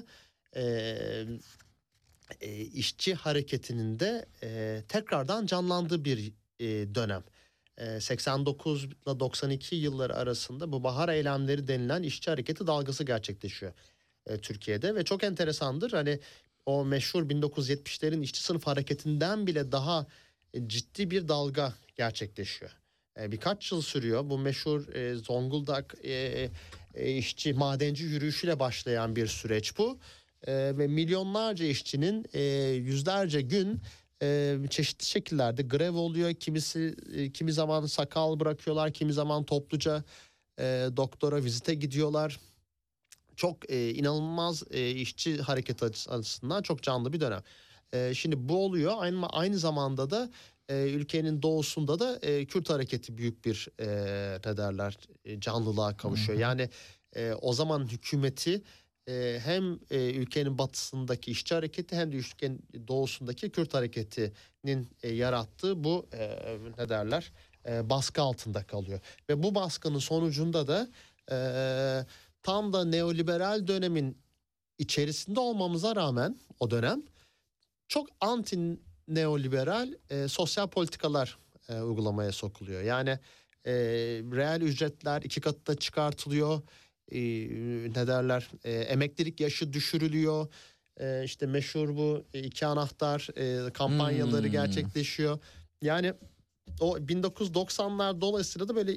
işçi hareketinin de tekrardan canlandığı bir dönem. 89 ile 92 yılları arasında bu bahar eylemleri denilen işçi hareketi dalgası gerçekleşiyor Türkiye'de ve çok enteresandır. Hani o meşhur 1970'lerin işçi sınıf hareketinden bile daha ciddi bir dalga gerçekleşiyor. birkaç yıl sürüyor. Bu meşhur Zonguldak işçi madenci yürüyüşüyle başlayan bir süreç bu. Ve milyonlarca işçinin yüzlerce gün çeşitli şekillerde grev oluyor. Kimi zaman sakal bırakıyorlar, kimi zaman topluca doktora vizite gidiyorlar. Çok inanılmaz işçi hareketi açısından çok canlı bir dönem. Şimdi bu oluyor. Aynı zamanda da ülkenin doğusunda da Kürt hareketi büyük bir ne derler canlılığa kavuşuyor. Yani o zaman hükümeti hem ülkenin batısındaki işçi hareketi hem de ülkenin doğusundaki Kürt hareketinin yarattığı bu ne derler baskı altında kalıyor. Ve bu baskının sonucunda da tam da neoliberal dönemin içerisinde olmamıza rağmen o dönem çok anti neoliberal sosyal politikalar uygulamaya sokuluyor. Yani reel ücretler 2 katına çıkartılıyor. Ne derler emeklilik yaşı düşürülüyor. İşte meşhur bu 2 anahtar kampanyaları gerçekleşiyor. Yani o 1990'lar dolayısıyla da böyle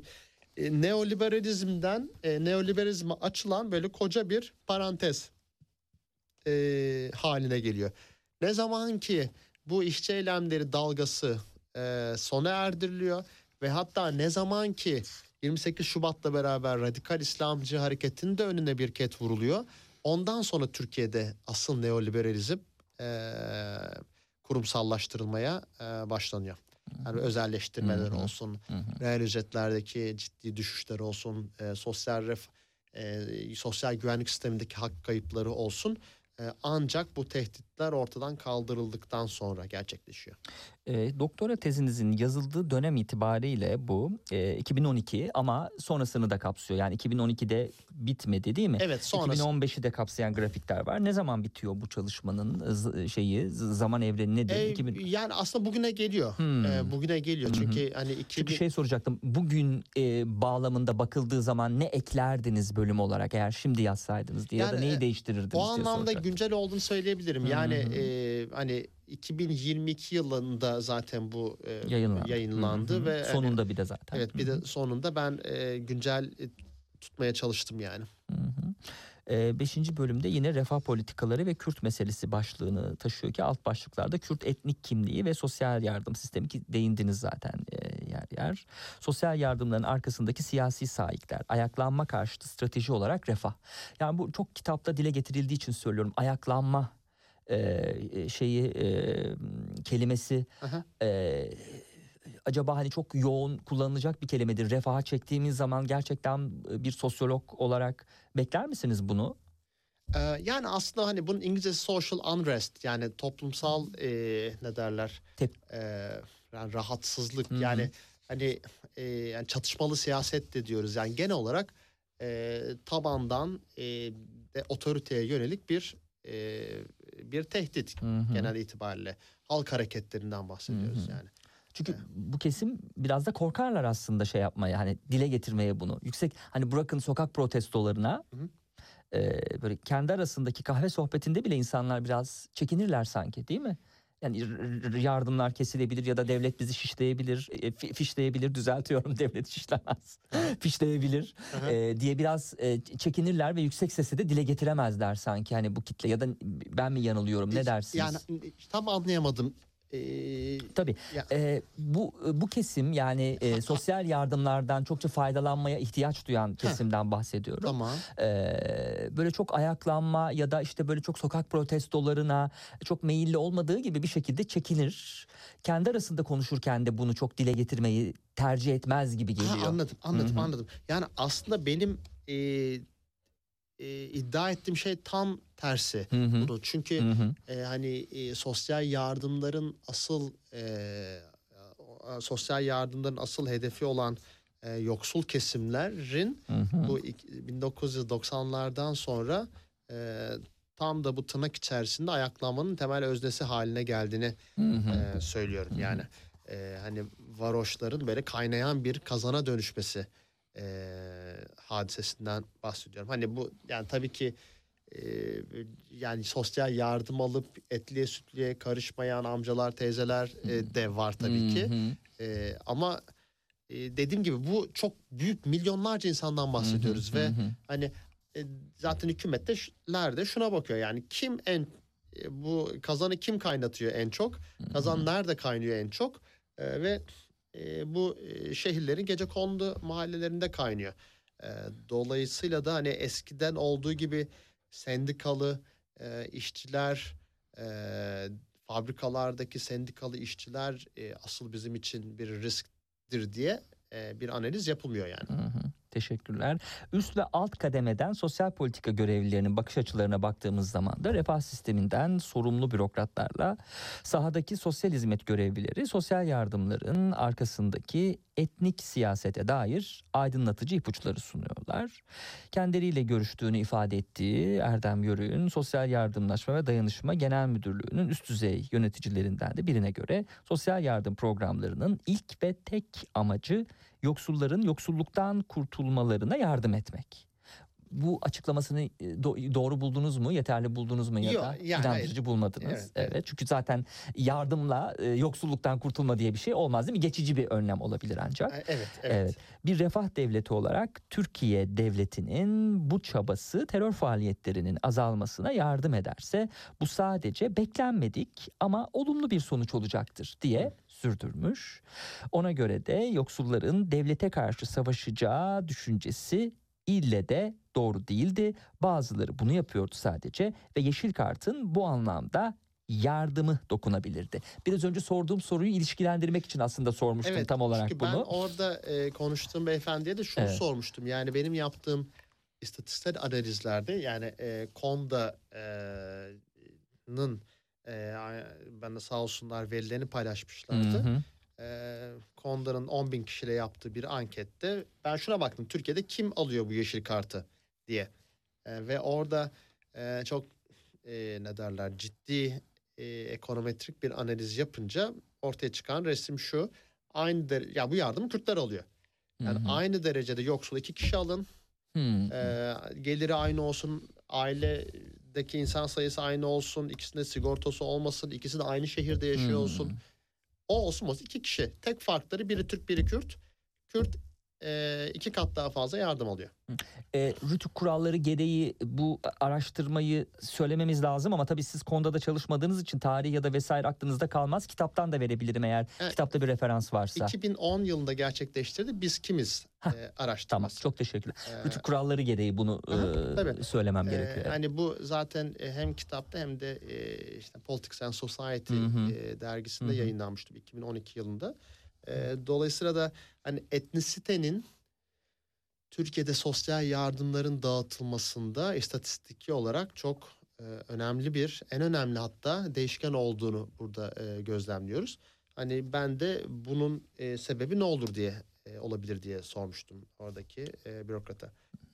neoliberalizme açılan böyle koca bir parantez haline geliyor. Ne zaman ki bu işçi eylemleri dalgası sona erdiriliyor ve hatta ne zaman ki 28 Şubat'la beraber radikal İslamcı hareketinin de önüne bir ket vuruluyor. Ondan sonra Türkiye'de asıl neoliberalizm kurumsallaştırılmaya başlanıyor. Yani özelleştirmeler olsun, reel ücretlerdeki ciddi düşüşler olsun, sosyal güvenlik sistemindeki hak kayıpları olsun. Ancak bu tehditler ortadan kaldırıldıktan sonra gerçekleşiyor. Doktora tezinizin yazıldığı dönem itibariyle bu 2012 ama sonrasını da kapsıyor. Yani 2012'de bitmedi değil mi? Evet, sonrası. 2015'i de kapsayan grafikler var. Ne zaman bitiyor bu çalışmanın zaman evreni nedir? Yani aslında bugüne geliyor. Bugüne geliyor. Çünkü hani Çünkü soracaktım. Bugün bağlamında bakıldığı zaman ne eklerdiniz bölüm olarak eğer şimdi yazsaydınız diye ya da neyi değiştirirdiniz diye o anlamda soracaktım. güncel olduğunu söyleyebilirim. Yani hani 2022 yılında zaten bu yayınlandı ve sonunda bir de zaten. Evet, bir de sonunda ben güncel tutmaya çalıştım yani. 5. bölümde yine refah politikaları ve Kürt meselesi başlığını taşıyor ki alt başlıklarda Kürt etnik kimliği ve sosyal yardım sistemi ki değindiniz zaten yer. Sosyal yardımların arkasındaki siyasi sahipler, ayaklanma karşıtı strateji olarak refah. Yani bu çok kitapta dile getirildiği için söylüyorum. Ayaklanma kelimesi acaba hani çok yoğun kullanılacak bir kelimedir. Refaha çektiğimiz zaman gerçekten bir sosyolog olarak bekler misiniz bunu? Yani aslında hani bunun İngilizcesi social unrest, yani toplumsal ne derler yani rahatsızlık, yani hani yani çatışmalı siyaset de diyoruz. Yani genel olarak tabandan otoriteye yönelik bir tehdit genel itibariyle. Halk hareketlerinden bahsediyoruz yani. Çünkü bu kesim biraz da korkarlar aslında yapmaya, hani dile getirmeye bunu. Yüksek hani bırakın sokak protestolarına böyle kendi arasındaki kahve sohbetinde bile insanlar biraz çekinirler sanki, değil mi? Yani yardımlar kesilebilir ya da devlet bizi fişleyebilir, düzeltiyorum, devlet şişlemez, fişleyebilir diye biraz çekinirler ve yüksek sesle de dile getiremezler sanki hani bu kitle, ya da ben mi yanılıyorum, ne dersiniz? Yani tam anlayamadım. Tabii bu kesim yani sosyal yardımlardan çokça faydalanmaya ihtiyaç duyan kesimden bahsediyorum. Tamam. Böyle çok ayaklanma ya da işte böyle çok sokak protestolarına çok meyilli olmadığı gibi bir şekilde çekinir. Kendi arasında konuşurken de bunu çok dile getirmeyi tercih etmez gibi geliyor. Anladım. Yani aslında benim iddia ettiğim şey tam tersi. Bunu. Çünkü hani sosyal yardımların asıl hedefi olan yoksul kesimlerin bu 1990'lardan sonra tam da bu tırnak içerisinde ayaklanmanın temel öznesi haline geldiğini söylüyorum. Yani hani varoşların böyle kaynayan bir kazana dönüşmesi hadisesinden bahsediyorum. Hani bu yani tabii ki yani sosyal yardım alıp etliye sütlüye karışmayan amcalar, teyzeler de var tabii ki. Ama dediğim gibi bu çok büyük milyonlarca insandan bahsediyoruz ve hani zaten hükümetler de şuna bakıyor yani kim bu kazanı kim kaynatıyor en çok, kazan nerede kaynıyor en çok ve bu şehirlerin gecekondu mahallelerinde kaynıyor. Dolayısıyla da hani eskiden olduğu gibi sendikalı işçiler, fabrikalardaki sendikalı işçiler asıl bizim için bir risktir diye bir analiz yapılmıyor yani. Teşekkürler. Üst ve alt kademeden sosyal politika görevlilerinin bakış açılarına baktığımız zaman da refah sisteminden sorumlu bürokratlarla sahadaki sosyal hizmet görevlileri sosyal yardımların arkasındaki etnik siyasete dair aydınlatıcı ipuçları sunuyorlar. Kendileriyle görüştüğünü ifade ettiği Erdem Yörük'ün Sosyal Yardımlaşma ve Dayanışma Genel Müdürlüğü'nün üst düzey yöneticilerinden de birine göre sosyal yardım programlarının ilk ve tek amacı yoksulların yoksulluktan kurtulmalarına yardım etmek. Bu açıklamasını doğru buldunuz mu, yeterli buldunuz mu ya Yok, da yani inandırıcı hayır. bulmadınız? Evet. Çünkü zaten yardımla yoksulluktan kurtulma diye bir şey olmaz değil mi? Geçici bir önlem olabilir ancak. Evet. Bir refah devleti olarak Türkiye devletinin bu çabası terör faaliyetlerinin azalmasına yardım ederse bu sadece beklenmedik ama olumlu bir sonuç olacaktır diye sürdürmüş. Ona göre de yoksulların devlete karşı savaşacağı düşüncesi ille de doğru değildi. Bazıları bunu yapıyordu sadece ve Yeşil Kart'ın bu anlamda yardımı dokunabilirdi. Biraz önce sorduğum soruyu ilişkilendirmek için aslında sormuştum tam olarak çünkü bunu. ben orada konuştuğum beyefendiye de şunu sormuştum. Yani benim yaptığım istatistiksel analizlerde yani KONDA'nın ben de sağ olsunlar verilerini paylaşmışlardı. KONDA'nın 10.000 kişiyle yaptığı bir ankette ben şuna baktım. Türkiye'de kim alıyor bu yeşil kartı diye. Ve orada çok ne derler ciddi ekonometrik bir analiz yapınca ortaya çıkan resim şu. Ya bu yardımı Kürtler alıyor. Yani aynı derecede yoksul 2 kişi alın. Geliri aynı olsun. Ailedeki insan sayısı aynı olsun. İkisinde sigortası olmasın. İkisi de aynı şehirde yaşıyor olsun. O olsun 2 kişi. Tek farkları biri Türk biri Kürt. Kürt 2 kat daha fazla yardım alıyor. Rütük kuralları gereği bu araştırmayı söylememiz lazım ama tabii siz KONDA'da çalışmadığınız için tarih ya da vesaire aklınızda kalmaz. Kitaptan da verebilirim eğer kitapta bir referans varsa. 2010 yılında gerçekleştirdi. Biz kimiz araştırması. Tamam, çok teşekkürler. Rütük kuralları gereği bunu söylemem gerekiyor. Hani bu zaten hem kitapta hem de işte Politics and Society dergisinde yayınlanmıştı 2012 yılında. Dolayısıyla da hani etnisitenin Türkiye'de sosyal yardımların dağıtılmasında istatistiki olarak çok önemli en önemli hatta değişken olduğunu burada gözlemliyoruz. Hani ben de bunun sebebi ne olur diye olabilir diye sormuştum oradaki bürokrata.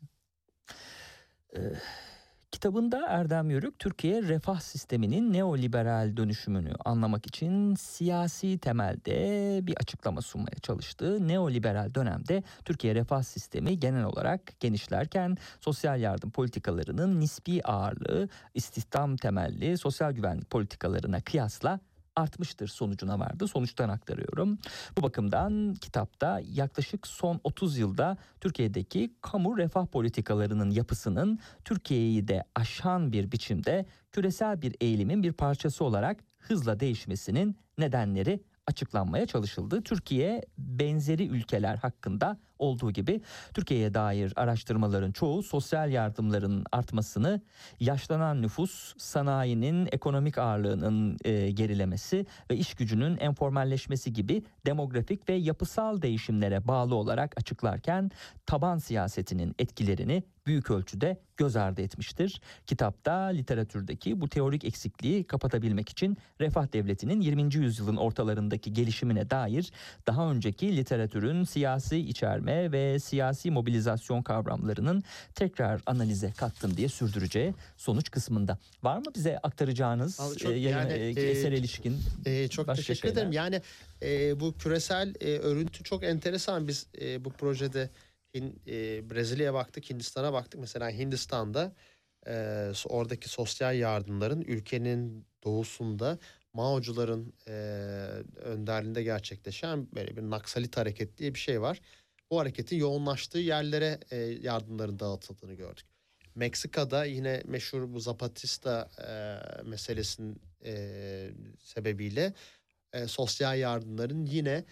Kitabında Erdem Yörük, Türkiye refah sisteminin neoliberal dönüşümünü anlamak için siyasi temelde bir açıklama sunmaya çalıştı. Neoliberal dönemde Türkiye refah sistemi genel olarak genişlerken sosyal yardım politikalarının nispi ağırlığı istihdam temelli sosyal güvenlik politikalarına kıyasla artmıştır sonucuna vardı. Sonuçtan aktarıyorum. Bu bakımdan kitapta yaklaşık son 30 yılda Türkiye'deki kamu refah politikalarının yapısının Türkiye'yi de aşan bir biçimde küresel bir eğilimin bir parçası olarak hızla değişmesinin nedenleri açıklanmaya çalışıldı. Türkiye benzeri ülkeler hakkında olduğu gibi Türkiye'ye dair araştırmaların çoğu sosyal yardımların artmasını, yaşlanan nüfus, sanayinin ekonomik ağırlığının gerilemesi ve iş gücünün enformalleşmesi gibi demografik ve yapısal değişimlere bağlı olarak açıklarken taban siyasetinin etkilerini büyük ölçüde göz ardı etmiştir. Kitapta literatürdeki bu teorik eksikliği kapatabilmek için refah devletinin 20. yüzyılın ortalarındaki gelişimine dair daha önceki literatürün siyasi içerme ve siyasi mobilizasyon kavramlarının tekrar analize kattım diye sürdüreceği sonuç kısmında. Var mı bize aktaracağınız esere ilişkin çok başka teşekkür şeyler? ederim. Yani bu küresel örüntü çok enteresan. Biz bu projede Brezilya'ya baktık, Hindistan'a baktık. Mesela Hindistan'da oradaki sosyal yardımların ülkenin doğusunda Maocuların önderliğinde gerçekleşen böyle bir Naksalit hareket diye bir şey var. Bu hareketin yoğunlaştığı yerlere yardımların dağıtıldığını gördük. Meksika'da yine meşhur bu Zapatista meselesinin sebebiyle sosyal yardımların yine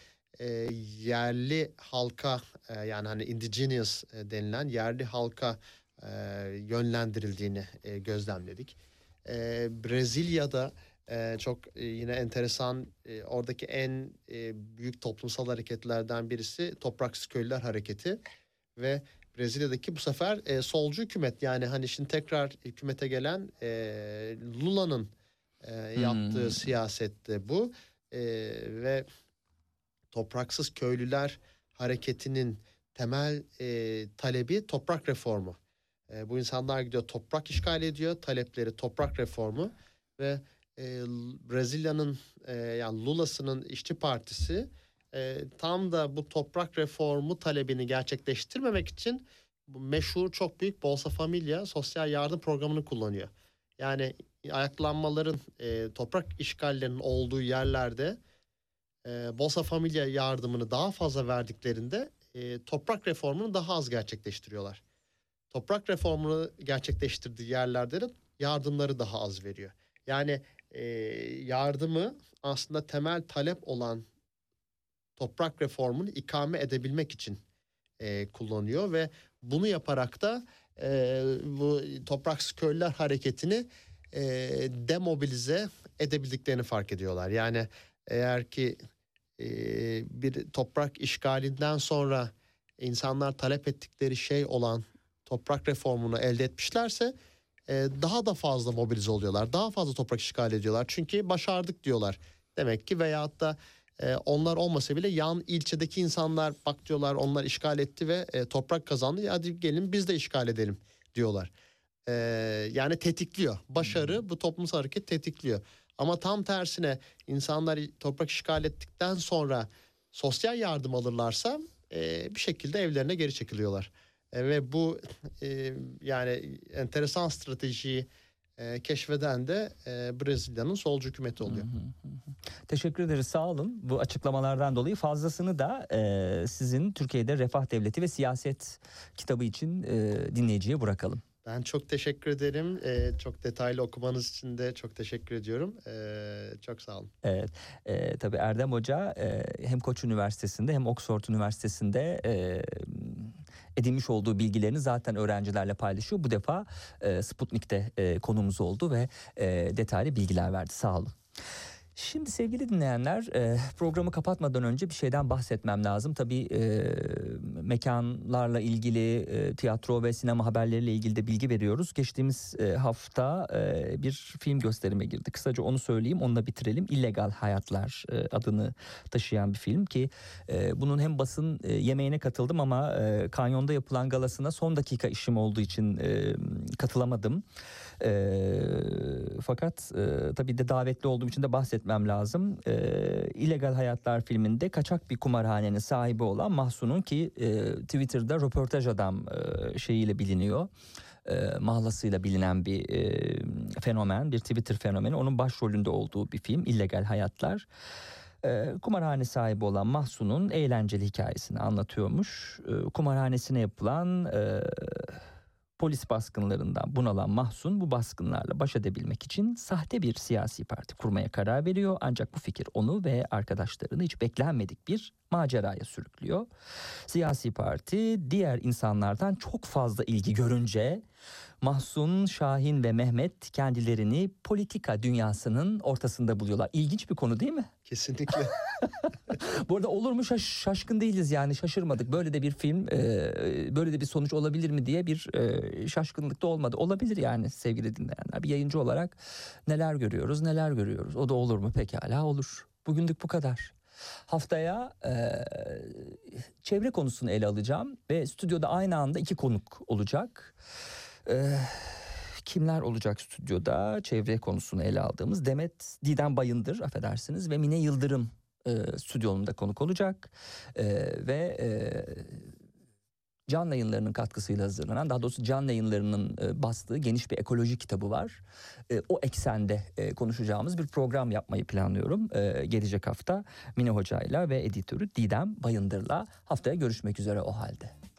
yerli halka yani hani indigenous denilen yerli halka yönlendirildiğini gözlemledik. Brezilya'da çok yine enteresan oradaki en büyük toplumsal hareketlerden birisi Topraksız Köylüler Hareketi ve Brezilya'daki bu sefer solcu hükümet yani hani şimdi tekrar hükümete gelen Lula'nın yaptığı siyasette bu ve Topraksız Köylüler Hareketi'nin temel talebi toprak reformu. Bu insanlar gidiyor toprak işgal ediyor, talepleri toprak reformu ve Brezilya'nın yani Lula'sının İşçi Partisi tam da bu toprak reformu talebini gerçekleştirmemek için bu meşhur çok büyük Bolsa Familia sosyal yardım programını kullanıyor. Yani ayaklanmaların toprak işgallerinin olduğu yerlerde Bolsa Familia yardımını daha fazla verdiklerinde toprak reformunu daha az gerçekleştiriyorlar. Toprak reformunu gerçekleştirdiği yerlerde de yardımları daha az veriyor. Yani yardımı aslında temel talep olan toprak reformunu ikame edebilmek için kullanıyor ve bunu yaparak da bu Topraksız Köylüler Hareketi'ni demobilize edebildiklerini fark ediyorlar. Yani eğer ki bir toprak işgalinden sonra insanlar talep ettikleri şey olan toprak reformunu elde etmişlerse daha da fazla mobilize oluyorlar. Daha fazla toprak işgal ediyorlar. Çünkü başardık diyorlar. Demek ki veyahut da onlar olmasa bile yan ilçedeki insanlar bak diyorlar onlar işgal etti ve toprak kazandı. Hadi gelin biz de işgal edelim diyorlar. Yani tetikliyor. Başarı bu toplumsal hareket tetikliyor. Ama tam tersine insanlar toprak işgal ettikten sonra sosyal yardım alırlarsa bir şekilde evlerine geri çekiliyorlar. Ve bu yani enteresan stratejiyi keşfeden de Brezilya'nın solcu hükümeti oluyor. Teşekkür ederiz, sağ olun. Bu açıklamalardan dolayı fazlasını da sizin Türkiye'de Refah Devleti ve Siyaset kitabı için dinleyiciye bırakalım. Ben çok teşekkür ederim. Çok detaylı okumanız için de çok teşekkür ediyorum. Çok sağ olun. Evet, tabii Erdem Hoca hem Koç Üniversitesi'nde hem Oxford Üniversitesi'nde edinmiş olduğu bilgilerini zaten öğrencilerle paylaşıyor. Bu defa Sputnik'te konumuz oldu ve detaylı bilgiler verdi. Sağ olun. Şimdi sevgili dinleyenler, programı kapatmadan önce bir şeyden bahsetmem lazım. Tabii mekanlarla ilgili, tiyatro ve sinema haberleriyle ilgili de bilgi veriyoruz. Geçtiğimiz hafta bir film gösterime girdi. Kısaca onu söyleyeyim, onunla bitirelim. İllegal Hayatlar adını taşıyan bir film ki bunun hem basın yemeğine katıldım ama Kanyon'da yapılan galasına son dakika işim olduğu için katılamadım. Fakat tabii de davetli olduğum için de bahsetmem lazım. İllegal Hayatlar filminde kaçak bir kumarhanenin sahibi olan Mahsun'un ki Twitter'da röportaj adam şeyiyle biliniyor. Mahlasıyla bilinen bir fenomen, bir Twitter fenomeni. Onun başrolünde olduğu bir film İllegal Hayatlar. Kumarhane sahibi olan Mahsun'un eğlenceli hikayesini anlatıyormuş. Kumarhanesine yapılan polis baskınlarından bunalan Mahsun bu baskınlarla baş edebilmek için sahte bir siyasi parti kurmaya karar veriyor. Ancak bu fikir onu ve arkadaşlarını hiç beklenmedik bir maceraya sürüklüyor. Siyasi parti diğer insanlardan çok fazla ilgi görünce Mahsun, Şahin ve Mehmet kendilerini politika dünyasının ortasında buluyorlar. İlginç bir konu değil mi? Kesinlikle. Bu arada olur mu şaşkın değiliz yani, şaşırmadık. Böyle de bir film, böyle de bir sonuç olabilir mi diye bir şaşkınlık da olmadı. Olabilir yani sevgili dinleyenler. Bir yayıncı olarak neler görüyoruz, neler görüyoruz. O da olur mu? Pekala olur. Bugünlük bu kadar. Haftaya çevre konusunu ele alacağım ve stüdyoda aynı anda 2 konuk olacak. Kimler olacak stüdyoda? Çevre konusunu ele aldığımız Demet Didem Bayındır, affedersiniz, ve Mine Yıldırım stüdyomda konuk olacak. Ve Can Yayınları'nın katkısıyla hazırlanan, daha doğrusu Can Yayınları'nın bastığı geniş bir ekoloji kitabı var. O eksende konuşacağımız bir program yapmayı planlıyorum. Gelecek hafta Mine Hoca'yla ve editörü Didem Bayındır'la. Haftaya görüşmek üzere o halde.